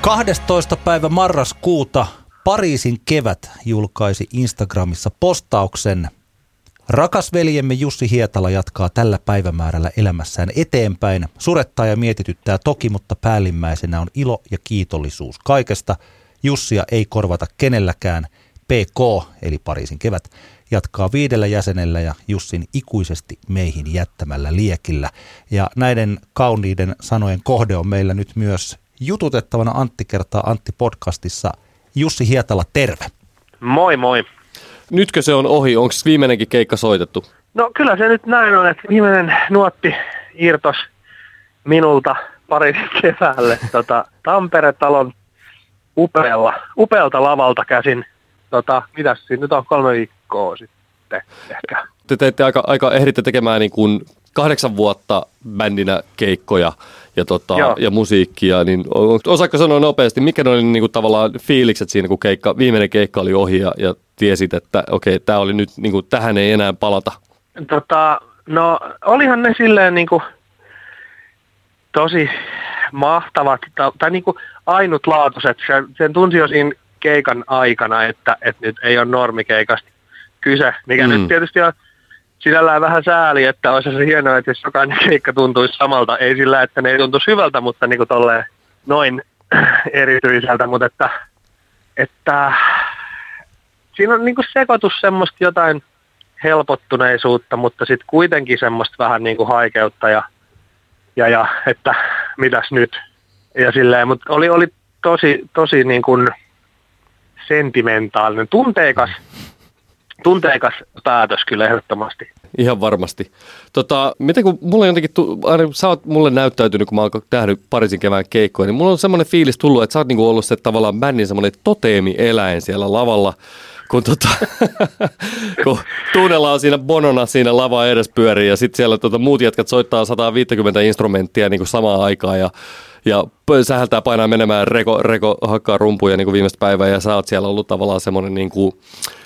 kahdestoista päivä marraskuuta Pariisin kevät julkaisi Instagramissa postauksen. Rakas veljemme Jussi Hietala jatkaa tällä päivämäärällä elämässään eteenpäin. Surettaa ja mietityttää toki, mutta päällimmäisenä on ilo ja kiitollisuus kaikesta. Jussia ei korvata kenelläkään. P K, eli Pariisin kevät, jatkaa viidellä jäsenellä ja Jussin ikuisesti meihin jättämällä liekillä. Ja näiden kauniiden sanojen kohde on meillä nyt myös jututettavana Antti kertaa Antti podcastissa. Jussi Hietala, terve. Moi moi. Nytkö se on ohi? Onko viimeinenkin keikka soitettu? No kyllä se nyt näin on, että viimeinen nuotti irtos minulta Pariisin keväälle tota, Tampere-talon upealla, upealta lavalta käsin. Tota, mitäs siinä nyt on kolme viikkoa sitten ehkä. Te teitte aika, aika ehditte tekemään niin kuin kahdeksan vuotta bändinä keikkoja ja, tota, ja musiikkia, niin osaatko sanoa nopeasti, mikä ne oli niin kuin tavallaan fiilikset siinä, kun keikka, viimeinen keikka oli ohi ja, ja tiesit, että okei, tämä oli nyt, niin kuin, tähän ei enää palata? Tota, no olihan ne silleen niin kuin tosi mahtavat tai niin kuin ainutlaatuiset. Sen tunsi jo siinä keikan aikana, että, että nyt ei ole normikeikasta kyse, mikä mm. nyt tietysti on sinällään vähän sääli, että olisi se hienoa, että jos jokainen keikka tuntuisi samalta, ei sillä, että ne ei tuntuisi hyvältä, mutta niin kuin tolleen noin erityiseltä, mutta että, että siinä on niin kuin sekoitus semmoista jotain helpottuneisuutta, mutta sitten kuitenkin semmoista vähän niin kuin haikeutta ja, ja, ja että mitäs nyt ja silleen, mutta oli, oli tosi, tosi niin kuin sentimentaalinen, tunteikas, tunteikas päätös kyllä ehdottomasti. Ihan varmasti. Tota, miten kun mulla jotenkin, aina sä oot mulle näyttäytynyt, kun mä oon nähnyt Pariisin kevään keikkoja, niin mulla on semmoinen fiilis tullut, että sä oot niinku ollut se tavallaan bändin semmoinen toteemi-eläin siellä lavalla, kun, tota, kun tunnellaan siinä Bonona siinä lava edes pyörii ja sitten siellä tota, muut jätkät soittaa sata viisikymmentä instrumenttia niin kuin samaan aikaan ja Ja sähältää painaa menemään, reko, reko hakkaa rumpuja niin kuin viimeistä päivää ja sä oot siellä ollut tavallaan semmoinen niin kuin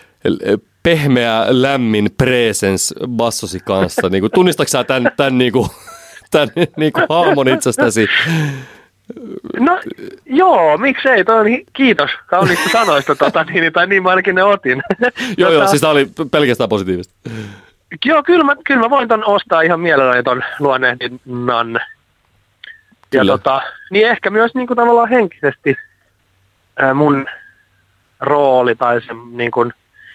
pehmeä, lämmin presence bassosi kanssa. Niin kuin, tunnistatko sä tämän, tämän, niin kuin, tämän niin kuin hahmon itsestäsi? No joo, miksei, toi on kiitos kauniista sanoista, tota, niin, tai niin mä ainakin ne otin. joo, joo, siis tää oli pelkästään positiivista. Joo, kyllä mä, kyllä mä voin ton ostaa ihan mielelläni ton luonnehdinnan. Ja tota, niin ehkä myös niin kuin tavallaan henkisesti ää, mun rooli tai se niin kuin,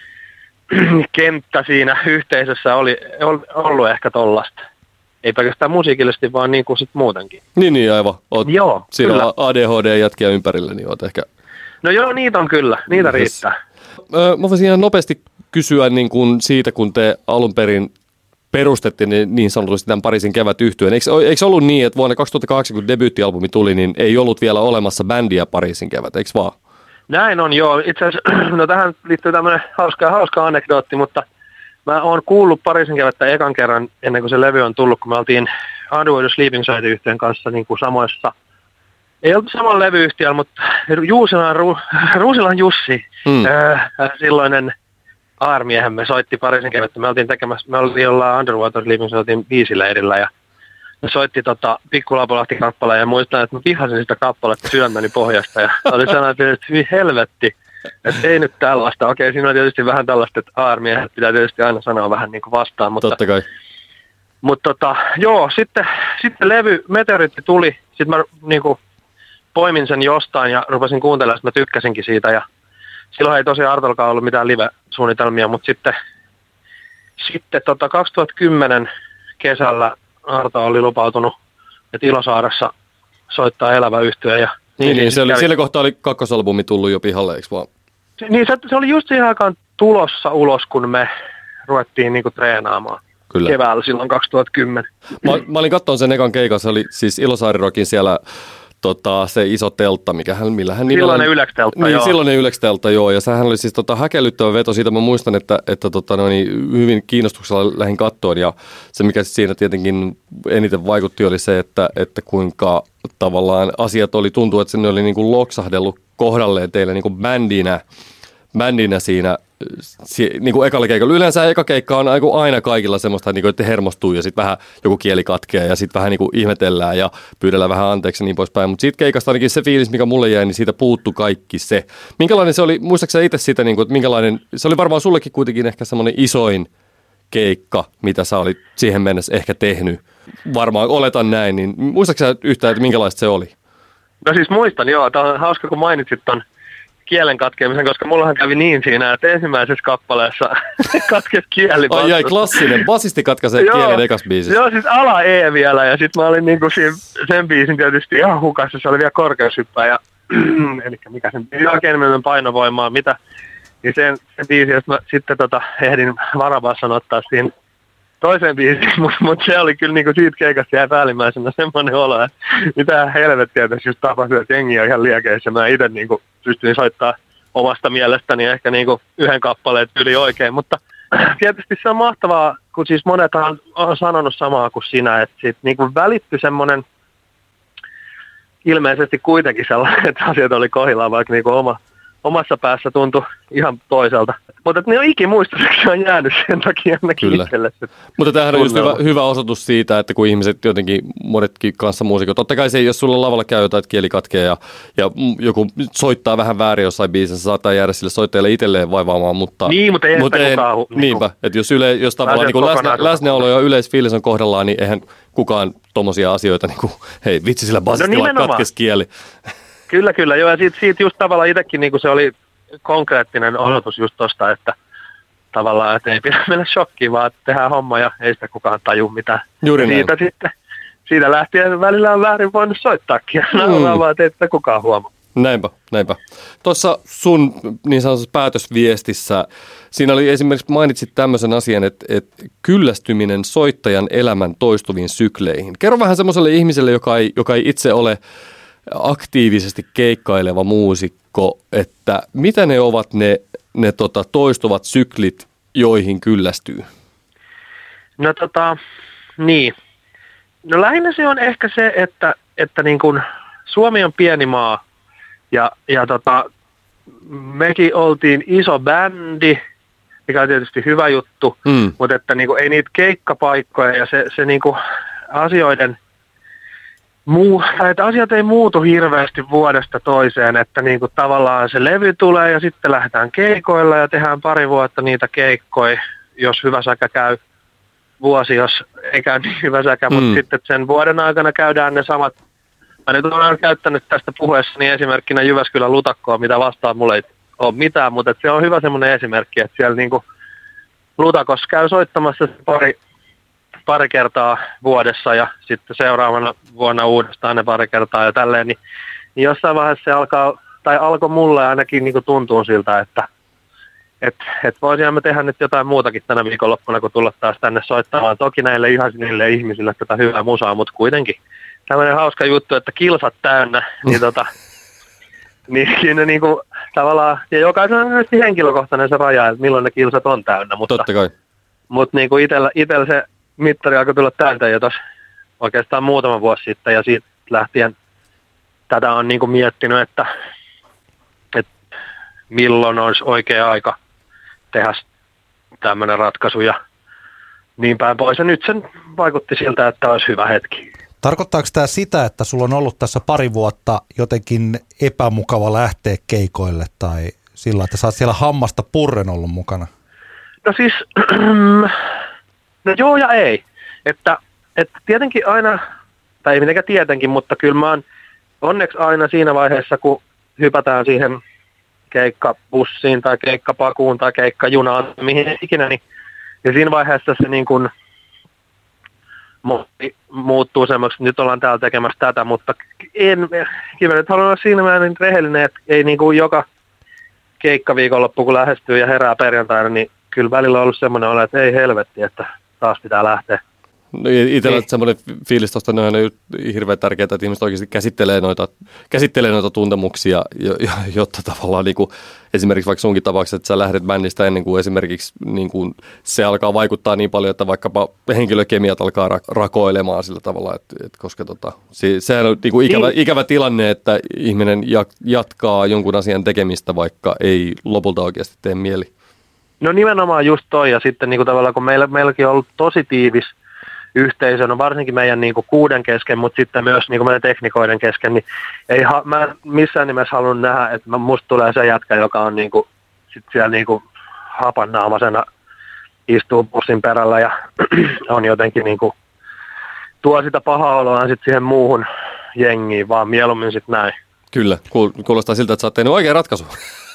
kenttä siinä yhteisössä oli ollut ehkä tollasta. Ei pelkästään musiikillisesti, vaan niin kuin sit muutenkin. Niin, niin aivan. Oot joo, siinä kyllä. A D H D-jätkiä ympärillä, niin oot ehkä... No joo, niitä on kyllä. Niitä yes. riittää. Öö, mä voisin ihan nopeasti kysyä niin kuin siitä, kun te alun perin perustettiin niin, niin sanotusti tämän Pariisin kevät-yhtyeen. Eikö, eikö ollut niin, että vuonna kaksituhattakahdeksan, kun debyyttialbumi tuli, niin ei ollut vielä olemassa bändiä Pariisin kevät, eikö vaan? Näin on, joo. Itse asiassa, no tähän liittyy tämmöinen hauska, hauska anekdootti, mutta mä oon kuullut Pariisin kevättä ekan kerran ennen kuin se levy on tullut, kun me oltiin Underworld Sleeping Sight-yhtyeen kanssa niin kuin samoissa, ei oltu saman levyyhtiöllä, mutta Juusilan, Ru, Ruusilan Jussi, hmm. äh, silloinen aarmiehemme soitti Pariisin kevättä. Me oltiin tekemässä, me oltiin jollain Underwater Sleeping, me oltiin biisileirillä ja me soitti tota Pikkulapulahti-kappaleen ja muistan, että mä vihasin sitä kappaletta sydämeni pohjasta ja oli sanonut, että hyvin helvetti, että ei nyt tällaista. Okei, siinä on tietysti vähän tällaista, että aarmiehet pitää tietysti aina sanoa vähän niin kuin vastaan, mutta, totta kai. mutta tota, joo, sitten, sitten levy Meteoriitti tuli, sitten mä niin kuin poimin sen jostain ja rupesin kuuntelemaan, että mä tykkäsinkin siitä ja silloin ei tosiaan Artolkaan ollut mitään live-suunnitelmia, mutta sitten, sitten tota kaksituhattakymmenen kesällä Arto oli lupautunut, että Ilosaaressa soittaa elävä yhtye. Ja niin, niin, niin se oli, siinä kohtaa oli kakkosalbumi tullut jo pihalle, eikö vaan? Niin, se, se oli just siihen aikaan tulossa ulos, kun me ruvettiin niinku treenaamaan. Kyllä. Keväällä silloin kaksituhattakymmenen. Mä, mä olin katsomaan sen ekan keikan, se oli siis Ilosaarirokin siellä tota, se iso teltta, mikä hän, millä hän... Silloinen Ylex-teltta, niin, joo. Silloinen Ylex-teltta, joo. Ja sehän oli siis tota, häkellyttävä veto. Siitä mä muistan, että, että tota, no, niin, hyvin kiinnostuksella lähdin kattoon. Ja se, mikä siinä tietenkin eniten vaikutti, oli se, että, että kuinka tavallaan asiat oli, tuntuu, että ne oli niin kuin loksahdellut kohdalleen teille niin kuin bändinä, bändinä siinä niin kuin ekalla keikalla. Yleensä eka keikka on aina kaikilla semmoista, että hermostuu ja sitten vähän joku kieli katkeaa ja sitten vähän niin kuin ihmetellään ja pyydellään vähän anteeksi ja niin poispäin. Mutta siitä keikasta ainakin se fiilis, mikä mulle jäi, niin siitä puuttu kaikki se. Minkälainen se oli, muistaaksä itse sitä, että minkälainen, se oli varmaan sullekin kuitenkin ehkä semmoinen isoin keikka, mitä sä olit siihen mennessä ehkä tehnyt. Varmaan oletan näin, niin muistaaksä yhtään, että minkälaista se oli? No siis muistan, joo. Tämä on hauska, kun mainitsit ton kielen katkeamisen, koska mullahan kävi niin siinä, että ensimmäisessä kappaleessa katkesi kieli. Ai jäi klassinen. Basisti katkaisee kielen ekas biisissä. Joo, siis ala E vielä, ja sitten mä olin niinku siinä, sen biisin tietysti ihan hukassa, se oli vielä korkeushyppää, ja eli mikä sen oikein enemmän painovoimaa, mitä, niin sen, sen biisin, jos mä sitten tota, ehdin varabassan ottaa siinä toiseen biisiin, mutta mut se oli kyllä niinku siitä keikasta jäi päällimmäisenä semmoinen olo, että mitä helvettiä tässä just tapahtui, että jengi on ihan liekeissä. Mä itse niinku pystyin soittaa omasta mielestäni ehkä niinku yhden kappaleen yli oikein, mutta tietysti se on mahtavaa, kun siis monet on, on sanonut samaa kuin sinä, että siitä niinku välittyi semmoinen ilmeisesti kuitenkin sellainen, että asiat oli kohdillaan, vaikka niinku oma omassa päässä tuntui ihan toiselta. Mutta ne on ikimuistoiseksi on jäänyt sen takia ainakin itselle. Mutta tämähän on just hyvä, hyvä osoitus siitä, että kun ihmiset jotenkin, monetkin kanssa muusikot, totta kai se, jos sulla lavalla käy jotain, että kieli katkee ja, ja joku soittaa vähän väärin jossain biisissä, saattaa jäädä sille soittajalle itselleen vaivaamaan, mutta... Niin, mutta ei mutta sitä en, kukaan... Niinpä, että jos, yle, jos tavallaan niin läsnä, läsnäolo ja yleisfiilis on kohdallaan, niin eihän kukaan tommosia asioita, niin kuin, hei vitsi sillä basistilla no katkesi kieli. Kyllä, kyllä. Joo, ja siitä, siitä just tavallaan itsekin niin se oli konkreettinen osoitus just tosta, että tavallaan, että ei pidä mennä shokkiin, vaan että tehdään homma ja ei sitä kukaan taju mitään. Juuri näin. Siitä sitten, siitä lähtien välillä on väärin voinut soittaakin ja naulaa, mm. vaan että ei sitä kukaan huomaa. Näinpä, näinpä. Tuossa sun niin sanotussa päätösviestissä, siinä oli esimerkiksi mainitsit tämmöisen asian, että, että kyllästyminen soittajan elämän toistuviin sykleihin. Kerro vähän semmoiselle ihmiselle, joka ei, joka ei itse ole aktiivisesti keikkaileva muusikko, että mitä ne ovat ne, ne tota, toistuvat syklit, joihin kyllästyy? No tota, niin. No lähinnä se on ehkä se, että, että niin kun Suomi on pieni maa ja, ja tota, mekin oltiin iso bändi, mikä on tietysti hyvä juttu, mm. mutta että niin kun, ei niitä keikkapaikkoja ja se, se niin kun asioiden Muu, että asiat ei muutu hirveästi vuodesta toiseen, että niin kuin tavallaan se levy tulee ja sitten lähdetään keikoilla ja tehdään pari vuotta niitä keikkoja, jos hyvä säkä käy vuosi, jos ei käy niin hyvä säkä, mm. mutta sitten sen vuoden aikana käydään ne samat. Mä nyt olen käyttänyt tästä puheessani esimerkkinä Jyväskylän Lutakkoa, mitä vastaan mulle ei ole mitään, mutta se on hyvä semmoinen esimerkki, että siellä niin kuin Lutakossa käy soittamassa pari pari kertaa vuodessa ja sitten seuraavana vuonna uudestaan ne pari kertaa ja tälleen, niin, niin jossain vaiheessa se alkaa, tai alkoi mulle ainakin niin kuin tuntuu siltä, että et, et voisimme tehdä nyt jotain muutakin tänä viikonloppuna, kun tulla taas tänne soittamaan. Toki näille ihanille ihmisille tätä hyvää musaa, mutta kuitenkin tämmöinen hauska juttu, että kilsat täynnä, niin tota, niin siinä niin kuin tavallaan, ja jokaisen on myös henkilökohtainen se raja, että milloin ne kilsat on täynnä, mutta, totta kai. mutta niin kuin itsellä, itsellä se mittari alkoi tulla täyteen jo tuossa oikeastaan muutama vuosi sitten ja siitä lähtien tätä on niin kuin miettinyt, että, että milloin olisi oikea aika tehdä tämmöinen ratkaisu ja niin päin pois. Ja nyt sen vaikutti siltä, että olisi hyvä hetki. Tarkoittaako tämä sitä, että sulla on ollut tässä pari vuotta jotenkin epämukava lähteä keikoille tai sillä, että sä oot siellä hammasta purren ollut mukana? No siis... No joo ja ei. Että, että tietenkin aina, tai ei mitenkään tietenkin, mutta kyllä mä oon onneksi aina siinä vaiheessa, kun hypätään siihen keikkabussiin tai keikkapakuun tai keikkajunaan, mihin ikinä, niin ja siinä vaiheessa se niin kuin muuttuu semmoiksi, että nyt ollaan täällä tekemässä tätä, mutta en, kyllä nyt haluan olla siinä määrin rehellinen, että ei niin kuin joka keikkaviikonloppu, kun lähestyy ja herää perjantaina, niin kyllä välillä on ollut semmoinen olo, että ei helvetti, että taas pitää lähteä. No itsellä niin. Semmoinen fiilis tuosta, ne on hirveän tärkeää, että ihmiset oikeasti käsittelee noita, käsittelee noita tuntemuksia, jotta tavallaan niin kuin, esimerkiksi vaikka sunkin tapauksessa, että sä lähdet bändistä ennen kuin esimerkiksi niin kuin, se alkaa vaikuttaa niin paljon, että vaikkapa henkilökemiat alkaa rakoilemaan sillä tavalla, että, että koska tota, se, sehän on niin kuin ikävä, niin. ikävä tilanne, että ihminen jatkaa jonkun asian tekemistä, vaikka ei lopulta oikeasti tee mieli. No nimenomaan just toi, ja sitten niin kuin tavallaan, kun meillä, meilläkin on ollut tosi tiivis yhteisö, no varsinkin meidän niin kuin kuuden kesken, mutta sitten myös niin kuin meidän teknikoiden kesken, niin ei ha, mä en missään nimessä halunnut nähdä, että musta tulee se jätkä, joka on niin kuin, sit siellä niin kuin hapannaamaisena istuu bussin perällä ja on jotenkin niin kuin, tuo sitä pahaa oloa sitten siihen muuhun jengiin, vaan mieluummin sitten näin. Kyllä, kuulostaa siltä, että sä oot tehnyt oikea ratkaisu.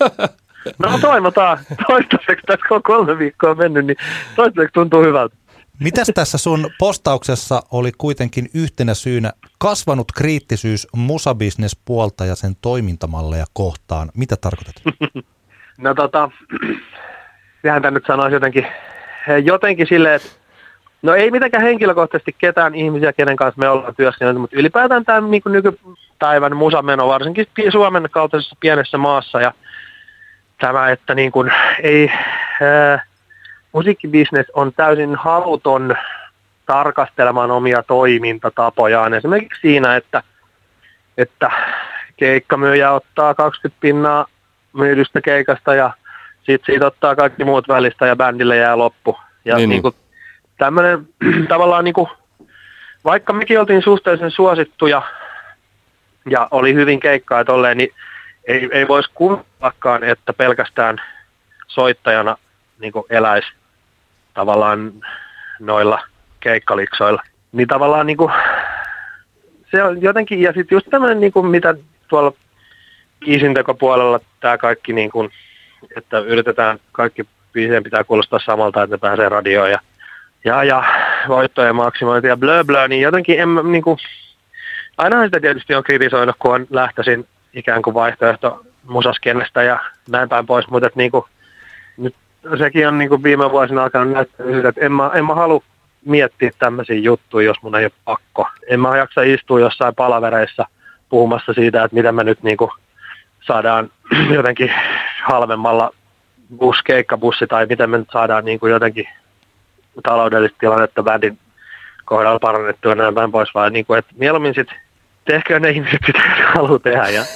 No toivotaan. Toistaiseksi tässä on kolme viikkoa mennyt, niin toistaiseksi tuntuu hyvältä. Mitäs tässä sun postauksessa oli kuitenkin yhtenä syynä kasvanut kriittisyys musabisnespuolta ja sen toimintamalleja kohtaan? Mitä tarkoitat? No tota, sehän tämän nyt sanoisi jotenkin, jotenkin silleen, että no ei mitenkään henkilökohtaisesti ketään ihmisiä, kenen kanssa me ollaan työskennellyt, mutta ylipäätään tämä niin kuin nykypäivän musameno, varsinkin Suomen kaltaisessa pienessä maassa ja tämä, että niin kuin ei, ää, musiikkibisnes on täysin haluton tarkastelemaan omia toimintatapojaan. Esimerkiksi siinä, että, että keikkamyyjä ottaa kaksikymmentä pinnaa myydystä keikasta ja sitten siitä ottaa kaikki muut välistä ja bändille jää loppu. Ja niin, niin kuin tämmöinen tavallaan niin kuin, vaikka mekin oltiin suhteellisen suosittuja ja oli hyvin keikkaa tolleen, niin ei, ei voisi kuvittaakaan, että pelkästään soittajana niin kuin eläisi tavallaan noilla keikkaliksoilla. Niin tavallaan niin kuin, se on jotenkin, ja sitten just tämmöinen, niin kuin, mitä tuolla biisintekopuolella tämä kaikki, niin kuin, että yritetään kaikki biisien pitää kuulostaa samalta, että ne pääsee radioon ja, ja, ja voittojen maksimointi ja blö blö, niin jotenkin en mä, niin kuin, ainahan sitä tietysti on kritisoinut, kun on lähtöisin ikään kuin vaihtoehto musaskennestä ja näin päin pois, mutta niin kuin, nyt sekin on niin kuin viime vuosina alkanut näyttää siltä, että en mä, en mä halua miettiä tämmöisiä juttuja, jos mun ei ole pakko. En mä jaksa istua jossain palavereissa puhumassa siitä, että miten me nyt niin kuin saadaan jotenkin halvemmalla bus, keikkabussi tai miten me nyt saadaan niin kuin jotenkin taloudellista tilannetta bändin kohdalla parannettua ja näin päin pois, vaan niin kuin, että mieluummin sitten tehkö ne ihmiset sitä, jos haluaa tehdä ja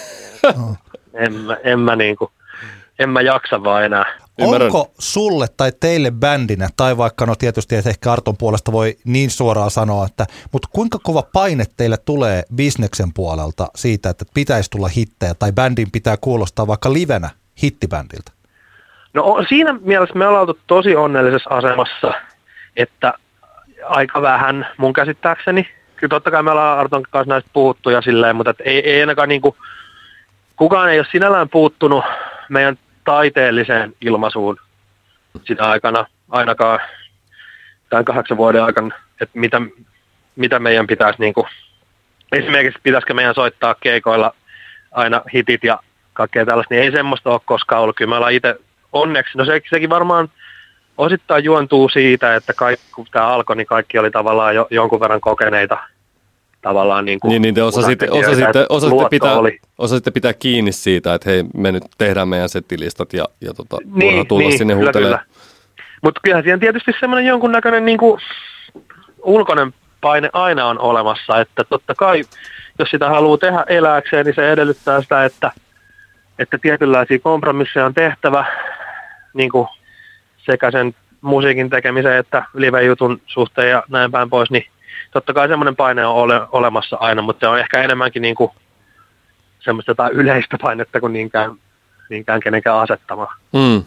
en mä, en mä, niin kuin, en mä jaksa vaan enää. Ymmärrän. Onko sulle tai teille bändinä, tai vaikka no tietysti, että ehkä Arton puolesta voi niin suoraan sanoa, että mutta kuinka kova paine teille tulee bisneksen puolelta siitä, että pitäisi tulla hittejä, tai bändin pitää kuulostaa vaikka livenä hittibändiltä? No siinä mielessä me ollaan oltu tosi onnellisessa asemassa, että aika vähän mun käsittääkseni. Kyllä totta kai me ollaan Arton kanssa näistä puhuttu ja silleen, mutta ei, ei ainakaan niinku, kukaan ei ole sinällään puuttunut meidän taiteelliseen ilmaisuun sitä aikana, ainakaan tämän kahdeksan vuoden aikana, että mitä, mitä meidän pitäisi, niin kuin, esimerkiksi pitäisikö meidän soittaa keikoilla aina hitit ja kaikkea tällaista, niin ei semmoista ole koskaan ollut. Kyllä me ollaan itse onneksi, no se, sekin varmaan osittain juontuu siitä, että kaikki, kun tämä alkoi, niin kaikki oli tavallaan jo, jonkun verran kokeneita. Tavallaan niin kuin niin, niin te osasitte, osasitte, osasitte, pitää, osasitte pitää kiinni siitä, että hei, me nyt tehdään meidän settilistat ja, ja tota, niin, voidaan tulla niin, sinne huutelemaan. Mutta kyllähän siihen tietysti semmoinen jonkunnäköinen niin kuin ulkoinen paine aina on olemassa, että totta kai, jos sitä haluaa tehdä elääkseen, niin se edellyttää sitä, että, että tietynlaisia kompromisseja on tehtävä niin kuin sekä sen musiikin tekemiseen että live-jutun suhteen ja näin päin pois, niin totta kai semmoinen paine on ole, olemassa aina, mutta se on ehkä enemmänkin niin kuin semmoista jotain yleistä painetta kuin niinkään, niinkään kenenkään asettamaa. Mm.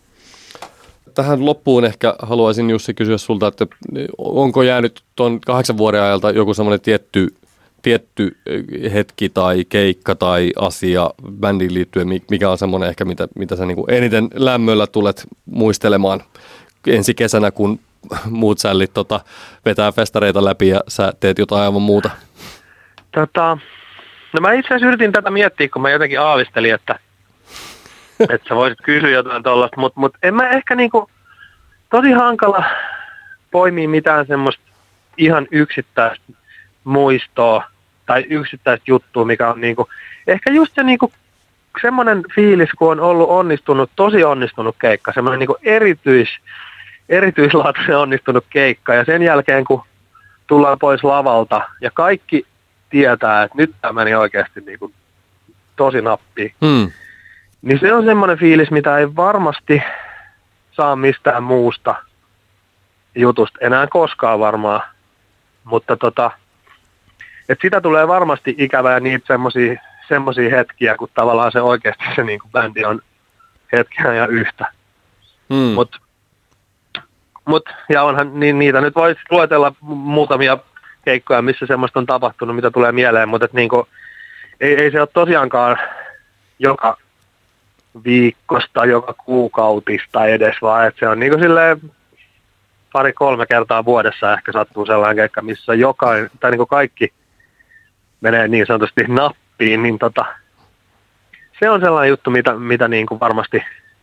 Tähän loppuun ehkä haluaisin Jussi kysyä sulta, että onko jäänyt tuon kahdeksan vuoden ajalta joku semmoinen tietty, tietty hetki tai keikka tai asia bändiin liittyen, mikä on semmoinen ehkä, mitä, mitä sä niin kuin eniten lämmöllä tulet muistelemaan ensi kesänä, kun muut sällit tota, vetää festareita läpi ja sä teet jotain aivan muuta? Tota, no mä itse asiassa yritin tätä miettiä, kun mä jotenkin aavistelin, että, että sä voisit kysyä jotain tollaista, mutta mut en mä ehkä niinku, tosi hankala poimia mitään semmoista ihan yksittäistä muistoa tai yksittäistä juttua, mikä on niinku, ehkä just se niinku semmoinen fiilis, kun on ollut onnistunut, tosi onnistunut keikka, semmoinen niinku erityis erityislaatuinen onnistunut keikka ja sen jälkeen kun tullaan pois lavalta ja kaikki tietää, että nyt tämä meni oikeasti niin kuin tosi nappiin, hmm. niin se on semmoinen fiilis, mitä ei varmasti saa mistään muusta jutusta enää koskaan varmaan, mutta tota, et sitä tulee varmasti ikävää ja niitä semmosia, semmosia hetkiä, kun tavallaan se oikeasti se niin kuin bändi on hetkenä ja yhtä. Hmm. Mut, mut, ja onhan niin, niitä nyt voisi luetella muutamia keikkoja, missä semmoista on tapahtunut, mitä tulee mieleen, mutta niinku, ei, ei se ole tosiaankaan joka viikosta, joka kuukautista edes, vaan että se on niinku silleen pari-kolme kertaa vuodessa ehkä sattuu sellainen keikka, missä jokainen, tai niinku kaikki menee niin sanotusti nappiin, niin tota, se on sellainen juttu, mitä, mitä niinku varmasti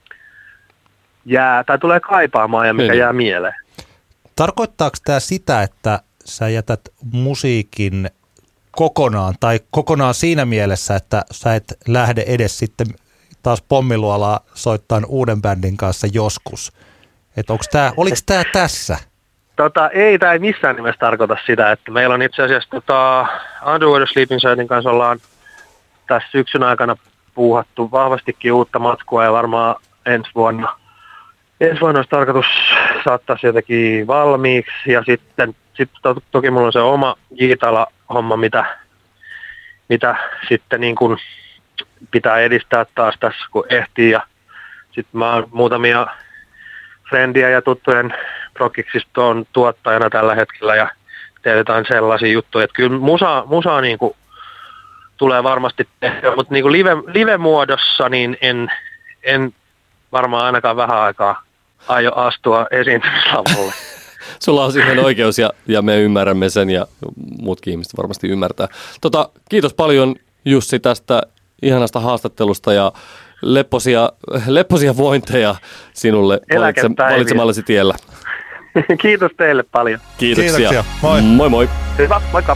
jää, tai tulee kaipaamaan ja mikä Eli. jää mieleen. Tarkoittaako tämä sitä, että sä jätät musiikin kokonaan, tai kokonaan siinä mielessä, että sä et lähde edes sitten taas pommiluolaa soittamaan uuden bändin kanssa joskus? Että onko tää, oliko tämä tässä? Tota, ei, tämä ei missään nimessä tarkoita sitä, että meillä on itse asiassa tota, Underwater Sleeping Sightin kanssa ollaan tässä syksyn aikana puuhattu vahvastikin uutta matkua ja varmaan ensi vuonna, ensi vuonna olisi tarkoitus saattaa se jotenkin valmiiksi ja sitten sit to, toki mulla on se oma Jiitala-homma, mitä, mitä sitten niin kuin pitää edistää taas tässä kun ehtii ja sitten mä oon muutamia frendiä ja tuttujen prokkiksista on tuottajana tällä hetkellä ja tehdään sellaisia juttuja, että kyllä musa, musa niin kuin tulee varmasti tehtyä, mutta niin kuin live, live-muodossa niin en, en varmaan ainakaan vähän aikaa aio astua esiintymislavalle. Sulla on siihen oikeus ja, ja me ymmärrämme sen ja muutkin ihmiset varmasti ymmärtää. Tota, kiitos paljon Jussi tästä ihanasta haastattelusta ja lepposia, lepposia vointeja sinulle valitsemallasi tiellä. Kiitos teille paljon. Kiitoksia. Kiitoksia. Moi. Moi moi. Hyvä, moikka.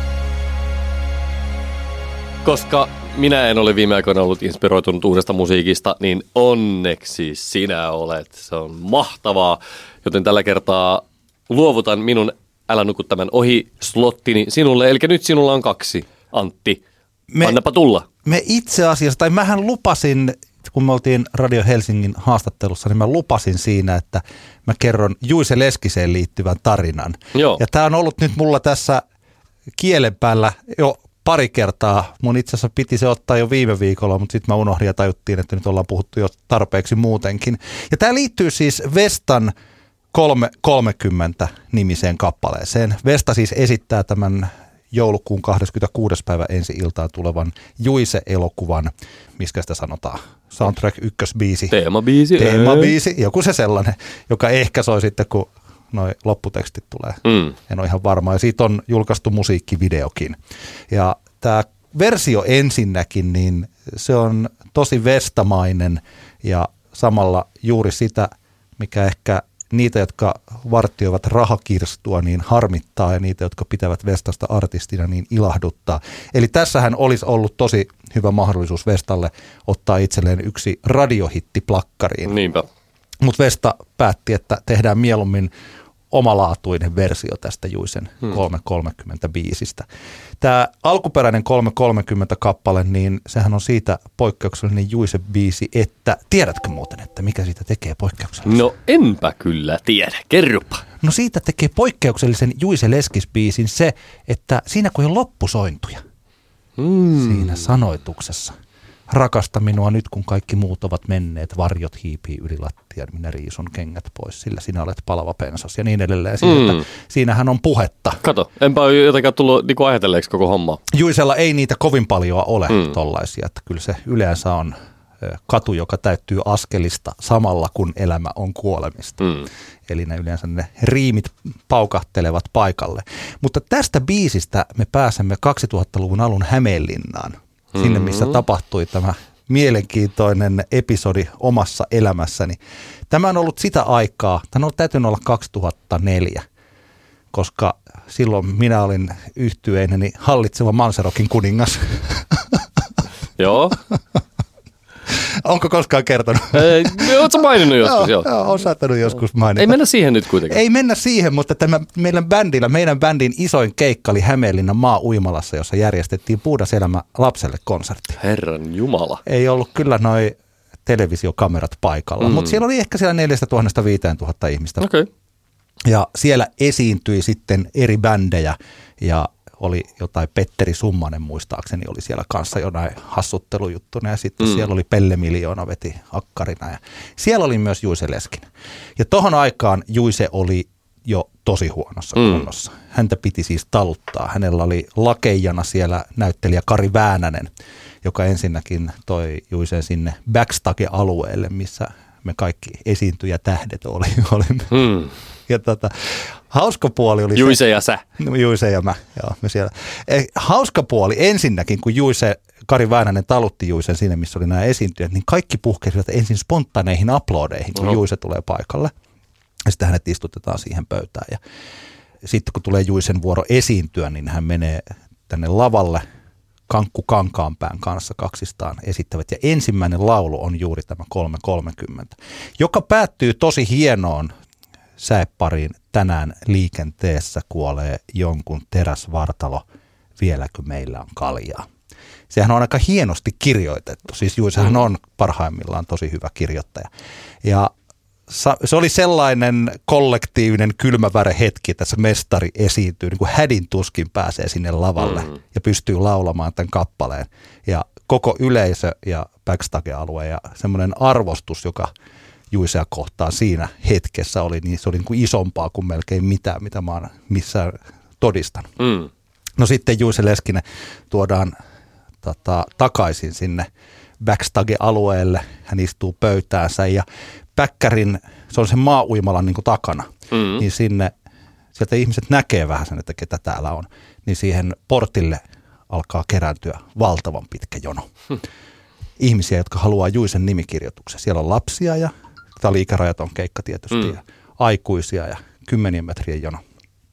Koska minä en ole viime aikoina ollut inspiroitunut uudesta musiikista, niin onneksi sinä olet. Se on mahtavaa, joten tällä kertaa luovutan minun Älä nuku tämän ohi slottini sinulle. Eli nyt sinulla on kaksi, Antti. Me, Annapa tulla. Me itse asiassa, tai mähän lupasin, kun me oltiin Radio Helsingin haastattelussa, niin mä lupasin siinä, että mä kerron Juise Leskiseen liittyvän tarinan. Joo. Ja tää on ollut nyt mulla tässä kielen päällä jo pari kertaa. Mun itse asiassa piti se ottaa jo viime viikolla, mutta sitten mä unohdin ja tajuttiin, että nyt ollaan puhuttu jo tarpeeksi muutenkin. Ja tää liittyy siis Vestan kolme kolmekymmentä nimiseen kappaleeseen. Vesta siis esittää tämän joulukuun kahdeskymmeneskuudes päivä ensi-iltaan tulevan Juise-elokuvan, miskä sitä sanotaan, soundtrack ykkösbiisi. Teemabiisi. Teemabiisi, joku se sellainen, joka ehkä soi sitten, kun noi lopputekstit tulee. Mm. En ole ihan varma. Ja siitä on julkaistu musiikkivideokin. Ja tämä versio ensinnäkin, niin se on tosi vestamainen ja samalla juuri sitä, mikä ehkä niitä, jotka vartioivat rahakirstua, niin harmittaa ja niitä, jotka pitävät Vestasta artistina, niin ilahduttaa. Eli tässähän olisi ollut tosi hyvä mahdollisuus Vestalle ottaa itselleen yksi radiohitti plakkariin. Niinpä. Mutta Vesta päätti, että tehdään mieluummin omalaatuinen versio tästä Juisen hmm. kolme kolmekymmentä biisistä. Tämä alkuperäinen kolme kolmekymmentä kappale, niin sehän on siitä poikkeuksellinen Juise-biisi, että tiedätkö muuten, että mikä siitä tekee poikkeuksellisen? No enpä kyllä tiedä, kerropa. No siitä tekee poikkeuksellisen Juise Leskis-biisin se, että siinä kun on loppusointuja, hmm. siinä sanoituksessa. Rakasta minua nyt, kun kaikki muut ovat menneet, varjot hiipii yli lattian, minä riisun kengät pois, sillä sinä olet palava pensas ja niin edelleen. Siinä, mm. Siinähän on puhetta. Kato, enpä ole jotenkaan tullut niin ajatelleeksi koko hommaa. Juisella ei niitä kovin paljon ole mm. tollaisia, että kyllä se yleensä on katu, joka täyttyy askelista samalla, kun elämä on kuolemista. Mm. Eli ne yleensä ne riimit paukahtelevat paikalle. Mutta tästä biisistä me pääsemme kaksituhattaluvun alun Hämeenlinnaan. Sinne, missä tapahtui tämä mielenkiintoinen episodi omassa elämässäni. Tämä on ollut sitä aikaa, tämä on täytynyt olla kaksituhattaneljä, koska silloin minä olin yhtyeineni hallitseva Manserokin kuningas. Joo. Onko koskaan kertonut? Ei, ootko maininnut joskus? Joo, joo, olen saattanut joskus mainita. Ei mennä siihen nyt kuitenkaan. Ei mennä siihen, mutta tämä meidän bändillä, meidän bändin isoin keikka oli Hämeenlinnan maa-uimalassa, jossa järjestettiin Puhdas elämä lapselle konsertti. Herran jumala. Ei ollut kyllä noi televisiokamerat paikalla. Mm. Mutta siellä oli ehkä siellä neljätuhatta viisituhatta ihmistä. Okay. Ja siellä esiintyi sitten eri bändejä ja oli jotain Petteri Summanen muistaakseni oli siellä kanssa jotain hassuttelujuttuna ja sitten mm. siellä oli Pelle Miljoona veti akkarina ja siellä oli myös Juise Leskinen. Ja tohon aikaan Juise oli jo tosi huonossa mm. kunnossa. Häntä piti siis taluttaa. Hänellä oli lakeijana siellä näyttelijä Kari Väänänen, joka ensinnäkin toi Juisen sinne backstage-alueelle, missä me kaikki esiintyjätähdet oli, olimme. Mm. Ja tota, hauska puoli oli Juise se, ja sä. No, Juise ja mä, joo, me siellä. Eh, hauska puoli ensinnäkin, kun Juise, Kari Väänänen talutti Juisen sinne, missä oli nämä esiintyjät, niin kaikki puhkesivat ensin spontaaneihin aplodeihin, kun no. Juise tulee paikalle. Ja sitten hänet istutetaan siihen pöytään. Ja sitten kun tulee Juisen vuoro esiintyä, niin hän menee tänne lavalle Kankku Kankaanpään kanssa kaksistaan esittävät. Ja ensimmäinen laulu on juuri tämä kolme kolmekymmentä, joka päättyy tosi hienoon säepariin. Tänään liikenteessä kuolee jonkun teräsvartalo, vieläkö meillä on kaljaa. Sehän on aika hienosti kirjoitettu. Siis Juisehan on parhaimmillaan tosi hyvä kirjoittaja. Ja se oli sellainen kollektiivinen kylmäväre hetki, että se mestari esiintyy, niin kuin hädin tuskin pääsee sinne lavalle mm. ja pystyy laulamaan tämän kappaleen. Ja koko yleisö ja backstage-alue ja semmoinen arvostus, joka Juisea kohtaan siinä hetkessä oli, niin se oli niin kuin isompaa kuin melkein mitään, mitä mä oon missään todistanut. Mm. No sitten Juise Leskinen tuodaan tota, takaisin sinne backstage-alueelle. Hän istuu pöytäänsä ja Päkkärin, se on sen maa-uimalan niin kuin takana, mm. niin sinne, sieltä ihmiset näkee vähän sen, että ketä täällä on, niin siihen portille alkaa kerääntyä valtavan pitkä jono. Hmm. Ihmisiä, jotka haluaa Juisen nimikirjoituksen. Siellä on lapsia ja tämä oli ikärajaton keikka tietysti mm. ja aikuisia ja kymmenien metrien jono.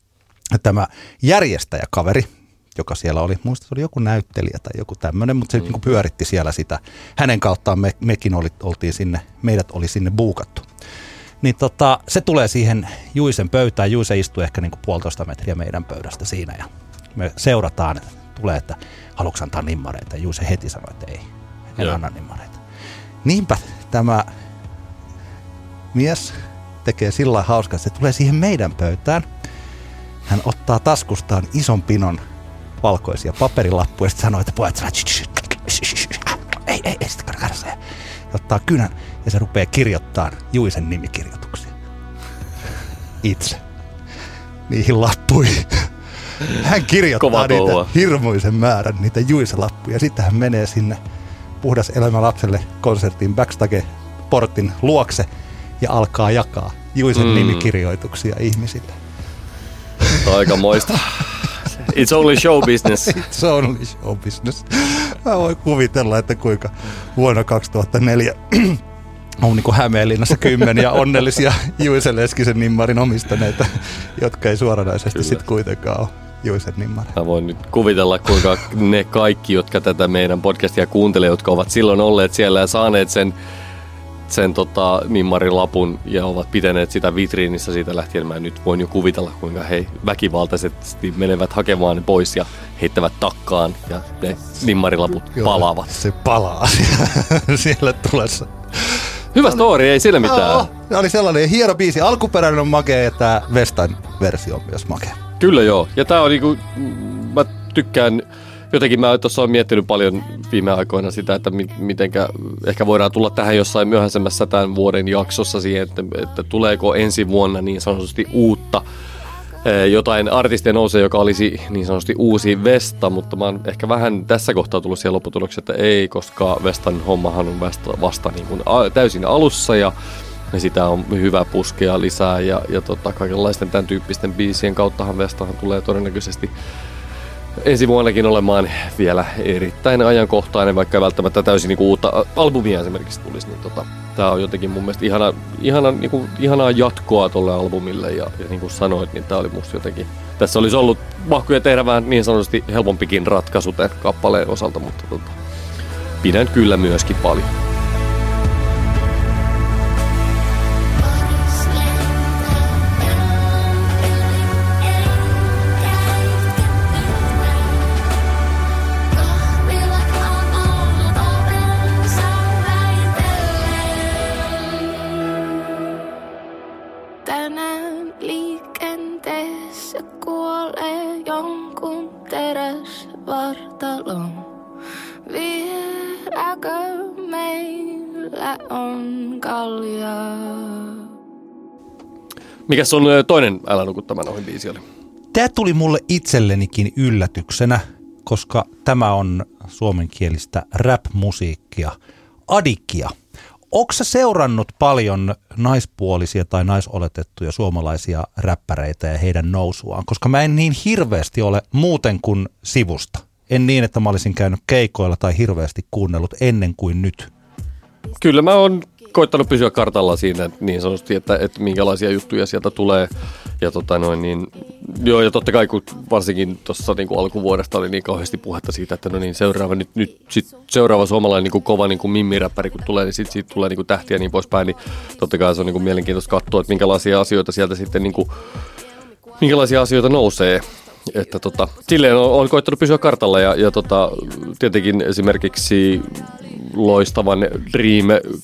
Ja tämä järjestäjäkaveri, joka siellä oli, muista se oli joku näyttelijä tai joku tämmöinen, mutta se mm. niin kuin pyöritti siellä sitä. Hänen kauttaan me, mekin oli, oltiin sinne, meidät oli sinne buukattu. Niin tota, se tulee siihen Juisen pöytään. Juise istuu ehkä niin kuin puolitoista metriä meidän pöydästä siinä ja me seurataan, että tulee, että haluatko antaa nimmareita. Ja Juise heti sanoi, että ei, en Joo. anna nimmareita. Niinpä tämä mies tekee sillä lailla hauskaa, että se tulee siihen meidän pöytään. Hän ottaa taskustaan ison pinon valkoisia paperilappuja ja sitten sanoo, että pojat sanoo, ei, ei, ei, sitten karsa. Ja ottaa kynän ja se rupeaa kirjoittamaan Juisen nimikirjoituksia. Itse. Niihin lappuihin. Hän kirjoittaa niitä hirmuisen määrän, niitä Juise-lappuja. Sitten hän menee sinne Puhdas elämä lapselle konsertin backstage-portin luokse ja alkaa jakaa Juisen mm. nimikirjoituksia ihmisille. Aika moista. It's only show business. It's only show business. Mä voin kuvitella, että kuinka vuonna kaksituhattaneljä on niin kuin Hämeenlinnassa kymmeniä onnellisia Juise Leskisen nimmarin omistaneita, jotka ei suoranaisesti sitten kuitenkaan ole Juisen nimmari. Mä voin nyt kuvitella, kuinka ne kaikki, jotka tätä meidän podcastia kuuntelee, jotka ovat silloin olleet siellä ja saaneet sen sen tota, nimmarilapun ja ovat pitäneet sitä vitriinissä siitä lähtien. Mä nyt voin jo kuvitella, kuinka he väkivaltaisesti menevät hakemaan ne pois ja heittävät takkaan ja ne nimmarilaput Joo, palaavat. Se palaa siellä tulessa. Hyvä story, ei sillä mitään. Oh, se oli sellainen hieno biisi. Alkuperäinen on makea ja tää Vestan versio on myös makea. Kyllä joo. Ja tää on niinku, mä tykkään, jotenkin mä tuossa olen miettinyt paljon viime aikoina sitä, että mitenkä ehkä voidaan tulla tähän jossain myöhäisemmässä tämän vuoden jaksossa siihen, että, että tuleeko ensi vuonna niin sanotusti uutta jotain artistia nousee, joka olisi niin sanotusti uusi Vesta, mutta mä oon ehkä vähän tässä kohtaa tullut siihen lopputulokseen, että ei, koska Vestan hommahan on vasta, vasta niin kuin täysin alussa ja, ja sitä on hyvä puskea lisää ja, ja tota, kaikenlaisten tämän tyyppisten biisien kauttahan Vestahan tulee todennäköisesti ensi vuonnakin olemaan vielä erittäin ajankohtainen, vaikka ei välttämättä täysin niin kuin uutta albumia esimerkiksi tulisi. Niin tota, tämä on jotenkin mun mielestä ihana, ihana, niin kuin, ihanaa jatkoa tuolle albumille ja, ja niin kuin sanoit, niin tämä oli musta jotenkin... Tässä olisi ollut mahkuja tehdä vähän niin sanotusti helpompikin ratkaisu tämän kappaleen osalta, mutta tota, pidän kyllä myöskin paljon. tänään liikenteessä kuolee jonkun teräsvartalon. Vieläkö meillä on kaljaa? Mikä sun toinen Älä nuku tämän ohi biisi oli? Tämä tuli mulle itsellenikin yllätyksenä, koska tämä on suomenkielistä rap-musiikkia. Adikia. Ootko sä seurannut paljon naispuolisia tai naisoletettuja suomalaisia räppäreitä ja heidän nousuaan? Koska mä en niin hirveästi ole muuten kuin sivusta. En niin, että mä olisin käynyt keikoilla tai hirveästi kuunnellut ennen kuin nyt. Kyllä mä oon koittanut pysyä kartalla siinä niin sanotusti, että, että minkälaisia juttuja sieltä tulee. Ja tota noin niin, joo ja totta kai kun varsinkin tuossa niin kuin alkuvuodesta oli niin kauheasti puhetta siitä, että no niin seuraava nyt, nyt sit seuraava suomalainen niin kuin kova niin kuin mimmiräppäri kun tulee, niin sit siitä tulee niin kuin tähtiä ja niin poispäin, niin totta kai se on niin kuin mielenkiintoista katsoa, että minkälaisia asioita sieltä sitten niin kuin, minkälaisia asioita nousee. Että tota, silleen on, on koittanut pysyä kartalla ja, ja tota, tietenkin esimerkiksi loistavan Dream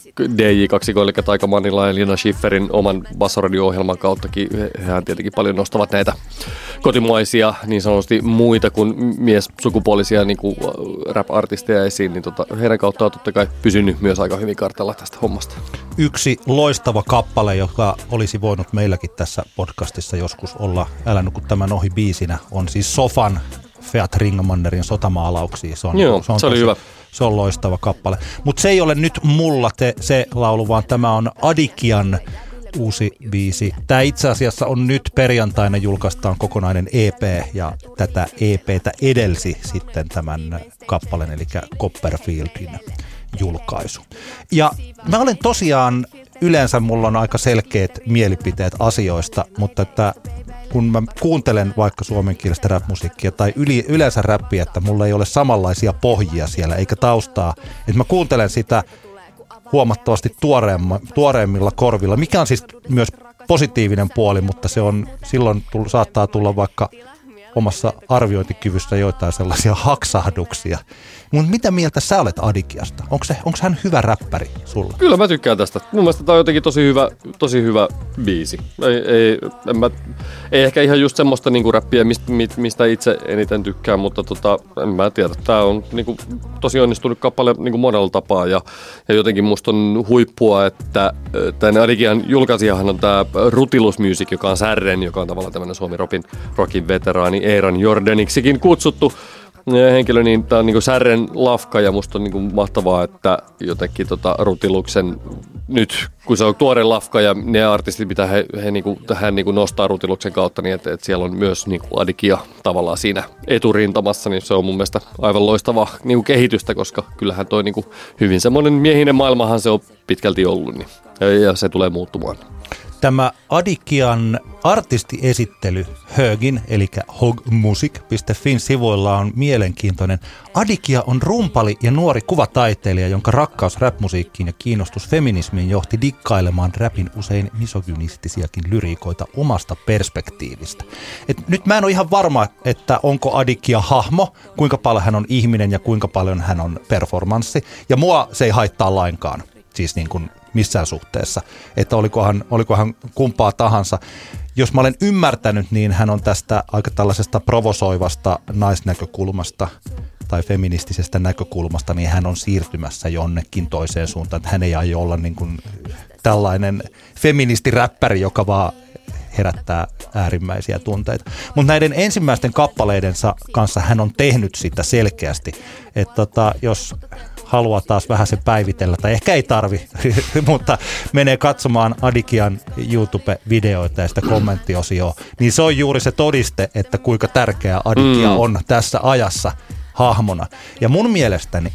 D J kaksi eli Taika Manila ja Lina Schifferin oman bassoradio-ohjelman kauttakin. Hehän tietenkin paljon nostavat näitä kotimaisia niin sanotusti muita kuin miessukupuolisia niin kuin rap-artisteja esiin, niin tota, heidän kautta on totta kai pysynyt myös aika hyvin kartalla tästä hommasta. Yksi loistava kappale, joka olisi voinut meilläkin tässä podcastissa joskus olla Älä nuku tämän ohi biisinä, on siis Sofan Feat Ringmannerin Sotamaalauksia. Se on, Joo, se on se oli tosi, hyvä. Se on loistava kappale. Mutta se ei ole nyt mulla te, se laulu, vaan tämä on Adikian uusi biisi. Tämä itse asiassa on nyt perjantaina julkaistaan kokonainen E P ja tätä E P:tä edelsi sitten tämän kappaleen, eli Copperfieldin julkaisu. Ja mä olen tosiaan, yleensä mulla on aika selkeät mielipiteet asioista, mutta että kun mä kuuntelen vaikka suomenkielistä rap-musiikkia tai yli, yleensä räppiä, että mulla ei ole samanlaisia pohjia siellä eikä taustaa, että mä kuuntelen sitä huomattavasti tuoreemmilla korvilla, mikä on siis myös positiivinen puoli, mutta se on silloin tull, saattaa tulla vaikka omassa arviointikyvyssä joitain sellaisia haksahduksia. Mutta mitä mieltä sä olet Adikiasta? Onko se, onko hän hyvä räppäri sulla? Kyllä mä tykkään tästä. Mun mielestä tää on jotenkin tosi hyvä, tosi hyvä biisi. Ei, ei, en mä, ei ehkä ihan just semmoista niinku räppiä, mistä, mistä itse eniten tykkään, mutta tota, en mä tiedä. Tää on niinku tosi onnistunut kappale niinku monella tapaa ja, ja jotenkin musta on huippua, että tämän Adikian julkaisijahan on tää Rutilus Music, joka on Särren, joka on tavallaan tämmönen Suomi Rockin, rockin veteraani Eeran Jordaniksikin kutsuttu henkilö, niin tää on niinku Särren lafka ja musta on niinku mahtavaa, että jotenkin tota Rutiluksen nyt, kun se on tuore lafka ja ne artistit, mitä he, he niinku, hän niinku nostaa Rutiluksen kautta, niin että et siellä on myös niinku Adikia tavallaan siinä eturintamassa, niin se on mun mielestä aivan loistavaa niinku kehitystä, koska kyllähän toi niinku hyvin semmoinen miehinen maailmahan se on pitkälti ollut, niin, ja, ja se tulee muuttumaan. Tämä Adikian artistiesittely Högin, eli hogmusic piste fin sivuilla on mielenkiintoinen. Adikia on rumpali ja nuori kuvataiteilija, jonka rakkaus rap-musiikkiin ja kiinnostus feminismiin johti dikkailemaan rapin usein misogynistisiakin lyriikoita omasta perspektiivistä. Et nyt mä en ole ihan varma, että onko Adikia hahmo, kuinka paljon hän on ihminen ja kuinka paljon hän on performanssi. Ja mua se ei haittaa lainkaan, siis niin kuin missään suhteessa, että olikohan, olikohan kumpaa tahansa. Jos mä olen ymmärtänyt, niin hän on tästä aika tällaisesta provosoivasta naisnäkökulmasta tai feministisestä näkökulmasta, niin hän on siirtymässä jonnekin toiseen suuntaan. Että hän ei aio olla niin kuin tällainen feministiräppäri, joka vaan herättää äärimmäisiä tunteita. Mutta näiden ensimmäisten kappaleidensa kanssa hän on tehnyt sitä selkeästi. Että tota, jos haluaa taas vähän se päivitellä, tai ehkä ei tarvi, mutta menee katsomaan Adikian YouTube-videoita ja sitä kommenttiosioa, niin se on juuri se todiste, että kuinka tärkeä Adikia mm. on tässä ajassa hahmona. Ja mun mielestäni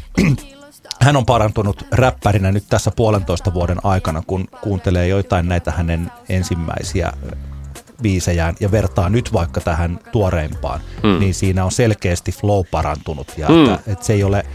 hän on parantunut räppärinä nyt tässä puolentoista vuoden aikana, kun kuuntelee joitain näitä hänen ensimmäisiä biisejään ja vertaa nyt vaikka tähän tuoreimpaan, mm. niin siinä on selkeästi flow parantunut ja mm. että, että se ei ole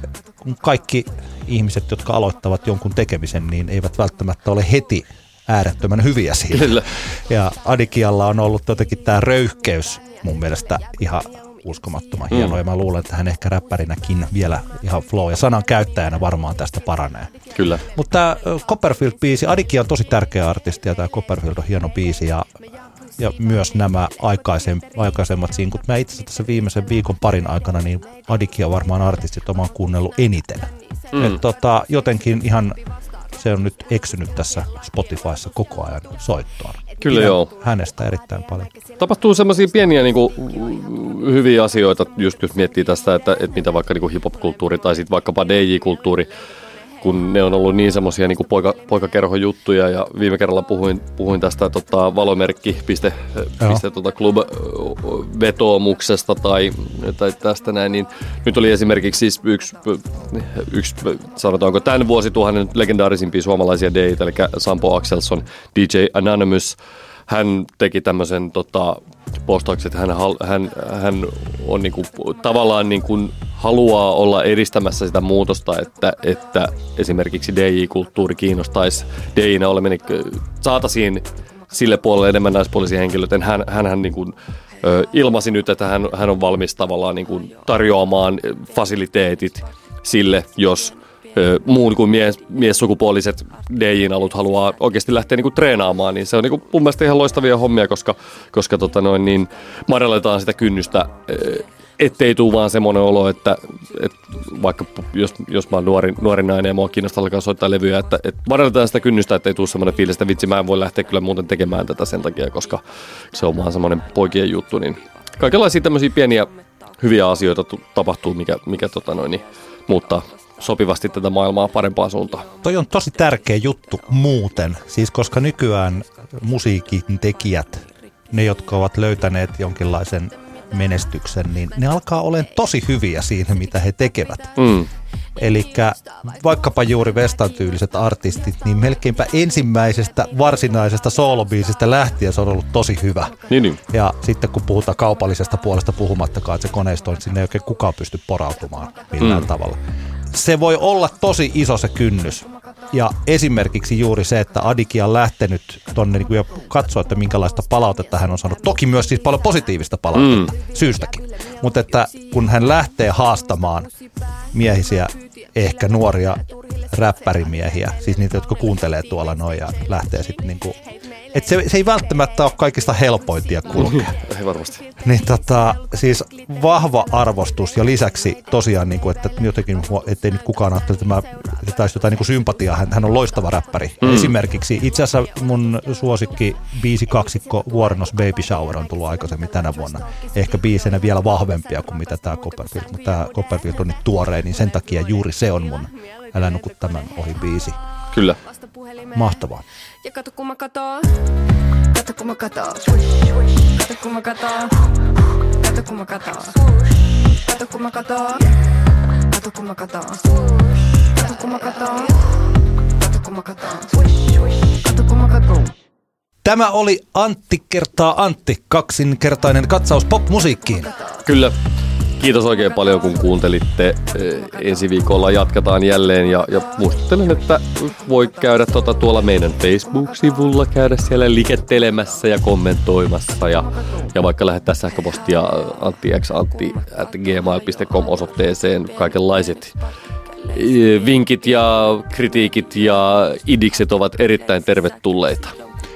kaikki ihmiset, jotka aloittavat jonkun tekemisen, niin eivät välttämättä ole heti äärettömän hyviä siinä. Kyllä. Ja Adikialla on ollut jotenkin tämä röyhkeys mun mielestä ihan uskomattoman hieno, mm. ja mä luulen, että hän ehkä räppärinäkin vielä ihan flow ja sanan käyttäjänä varmaan tästä paranee. Kyllä. Mutta tämä Copperfield-biisi, Adikki on tosi tärkeä artisti ja tämä Copperfield on hieno biisi ja, ja myös nämä aikaisem, aikaisemmat sinkut. Mä itse asiassa tässä viimeisen viikon parin aikana niin Adikki on varmaan artistit, jota mä oon kuunnellut eniten. Mm. Et tota, jotenkin ihan se on nyt eksynyt tässä Spotifyssa koko ajan soittoon. Kyllä Pidän joo. hänestä erittäin paljon. Tapahtuu semmoisia pieniä niin kuin, hyviä asioita, just jos miettii tästä, että, että mitä vaikka niin hip-hop-kulttuuri tai sitten vaikkapa D J-kulttuuri, kun ne on ollut niin semmoisia niin poika, poikakerhon juttuja, ja viime kerralla puhuin, puhuin tästä tota, valomerkki piste, piste tota, club-vetoomuksesta tai, tai tästä näin, niin nyt oli esimerkiksi siis yksi, yksi sanotaanko tämän vuosituhannen legendaarisimpia suomalaisia D J:itä, eli Sampo Axelsson, D J Anonymous. Hän teki tämmöisen tota, postauksen, että hän, hän, hän on niinku, tavallaan niinku, haluaa olla edistämässä sitä muutosta, että, että esimerkiksi D J-kulttuuri kiinnostaisi D J:nä oleminen, saataisiin sille puolelle enemmän naispuolisia henkilöitä. Hän, hän, hän niinku, ilmaisi nyt, että hän, hän on valmis tavallaan niinku, tarjoamaan fasiliteetit sille, jos muun kuin mies, miessukupuoliset D J-alut haluaa oikeasti lähteä niinku treenaamaan, niin se on niinku mun mielestä ihan loistavia hommia, koska, koska tota noin, niin madalletaan sitä kynnystä, ettei tule vaan semmoinen olo, että, että vaikka jos, jos mä oon nuori, nuori nainen ja mua kiinnostaa alkaa soittaa levyjä, että, että madalletaan sitä kynnystä, ettei tule semmoinen fiilis, että vitsi, mä en voi lähteä kyllä muuten tekemään tätä sen takia, koska se on vaan semmoinen poikien juttu, niin kaikenlaisia tämmöisiä pieniä hyviä asioita tapahtuu, mikä, mikä tota noin, niin, muuttaa sopivasti tätä maailmaa parempaan suuntaan. Toi on tosi tärkeä juttu muuten, siis koska nykyään musiikin tekijät, ne jotka ovat löytäneet jonkinlaisen menestyksen, niin ne alkaa olemaan tosi hyviä siinä, mitä he tekevät. Mm. Elikkä vaikkapa juuri Vestan-tyyliset artistit, niin melkeinpä ensimmäisestä varsinaisesta soolobiisistä lähtien se on ollut tosi hyvä. Niin, niin. Ja sitten kun puhutaan kaupallisesta puolesta puhumattakaan, että se koneisto on, sinne ei oikein kukaan pysty porautumaan millään mm. tavalla. Se voi olla tosi iso se kynnys. Ja esimerkiksi juuri se, että Adikki on lähtenyt tonne niin ja katsoa, että minkälaista palautetta hän on saanut. Toki myös siis paljon positiivista palautetta, mm. syystäkin. Mutta että kun hän lähtee haastamaan miehisiä, ehkä nuoria räppärimiehiä, siis niitä, jotka kuuntelee tuolla noin ja lähtee sitten niinku... Että se, se ei välttämättä ole kaikista helpointia kulkea. Ei varmasti. Niin tota, siis vahva arvostus ja lisäksi tosiaan, niin kuin, että jotenkin, ettei nyt kukaan ajattele, että mä taisi jotain niin kuin sympatiaa, hän, hän on loistava räppäri. Mm. Esimerkiksi itse asiassa mun suosikki biisikaksikko Vuorenos Baby Shower on tullut aikaisemmin tänä vuonna. Ehkä biisenä vielä vahvempia kuin mitä tämä Copperfield, mutta tämä Copperfield on nyt tuorein, niin sen takia juuri se on mun Älä nuku tämän ohi biisi. Kyllä. Mahtavaa. Ja kato kun mä katoon, kato kun mä katoon, kato kun mä katoon, kato kun mä katoon, kato kun mä katoon, kato kun mä katoon, kato kun mä katoon, kato kun mä katoon, kato kun mä katoon. Tämä oli Antti kertaa Antti, kaksinkertainen katsaus pop-musiikkiin. Kyllä. Kiitos oikein paljon, kun kuuntelitte. Ensi viikolla jatketaan jälleen ja, ja muistuttelen, että voi käydä tuota tuolla meidän Facebook-sivulla, käydä siellä likettelemässä ja kommentoimassa ja, ja vaikka lähettää sähköpostia anttixantti at gmail piste com osoitteeseen kaikenlaiset vinkit ja kritiikit ja idikset ovat erittäin tervetulleita.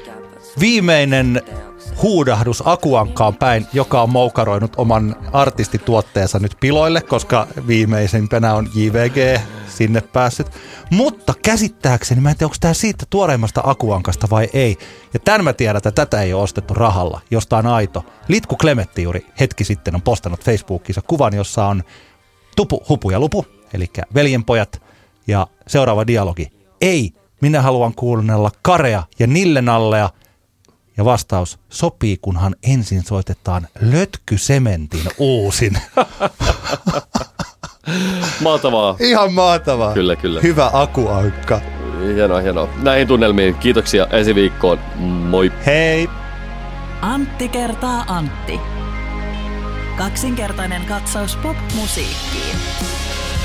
Viimeinen huudahdus Akuankkaan päin, joka on moukaroinut oman artistituotteensa nyt piloille, koska viimeisimpänä on J V G sinne päässyt. Mutta käsittääkseni, mä en tiedä, onko tämä siitä tuoreimmasta Akuankasta vai ei. Ja tämän mä tiedän, että tätä ei ole ostettu rahalla, josta on aito. Litku Klemetti juuri hetki sitten on postannut Facebookissa kuvan, jossa on Tupu, Hupu ja Lupu, eli veljenpojat. Ja seuraava dialogi. Ei, minä haluan kuunnella Karea ja Nillenallea. Ja vastaus, sopii kunhan ensin soitetaan Lötkysementin uusin. Mahtavaa. Ihan mahtavaa. Kyllä, kyllä. Hyvä Akuankka. Hienoa, hienoa. Näihin tunnelmiin kiitoksia ensi viikkoon. Moi. Hei. Antti kertaa Antti. Kaksinkertainen katsaus pop-musiikkiin.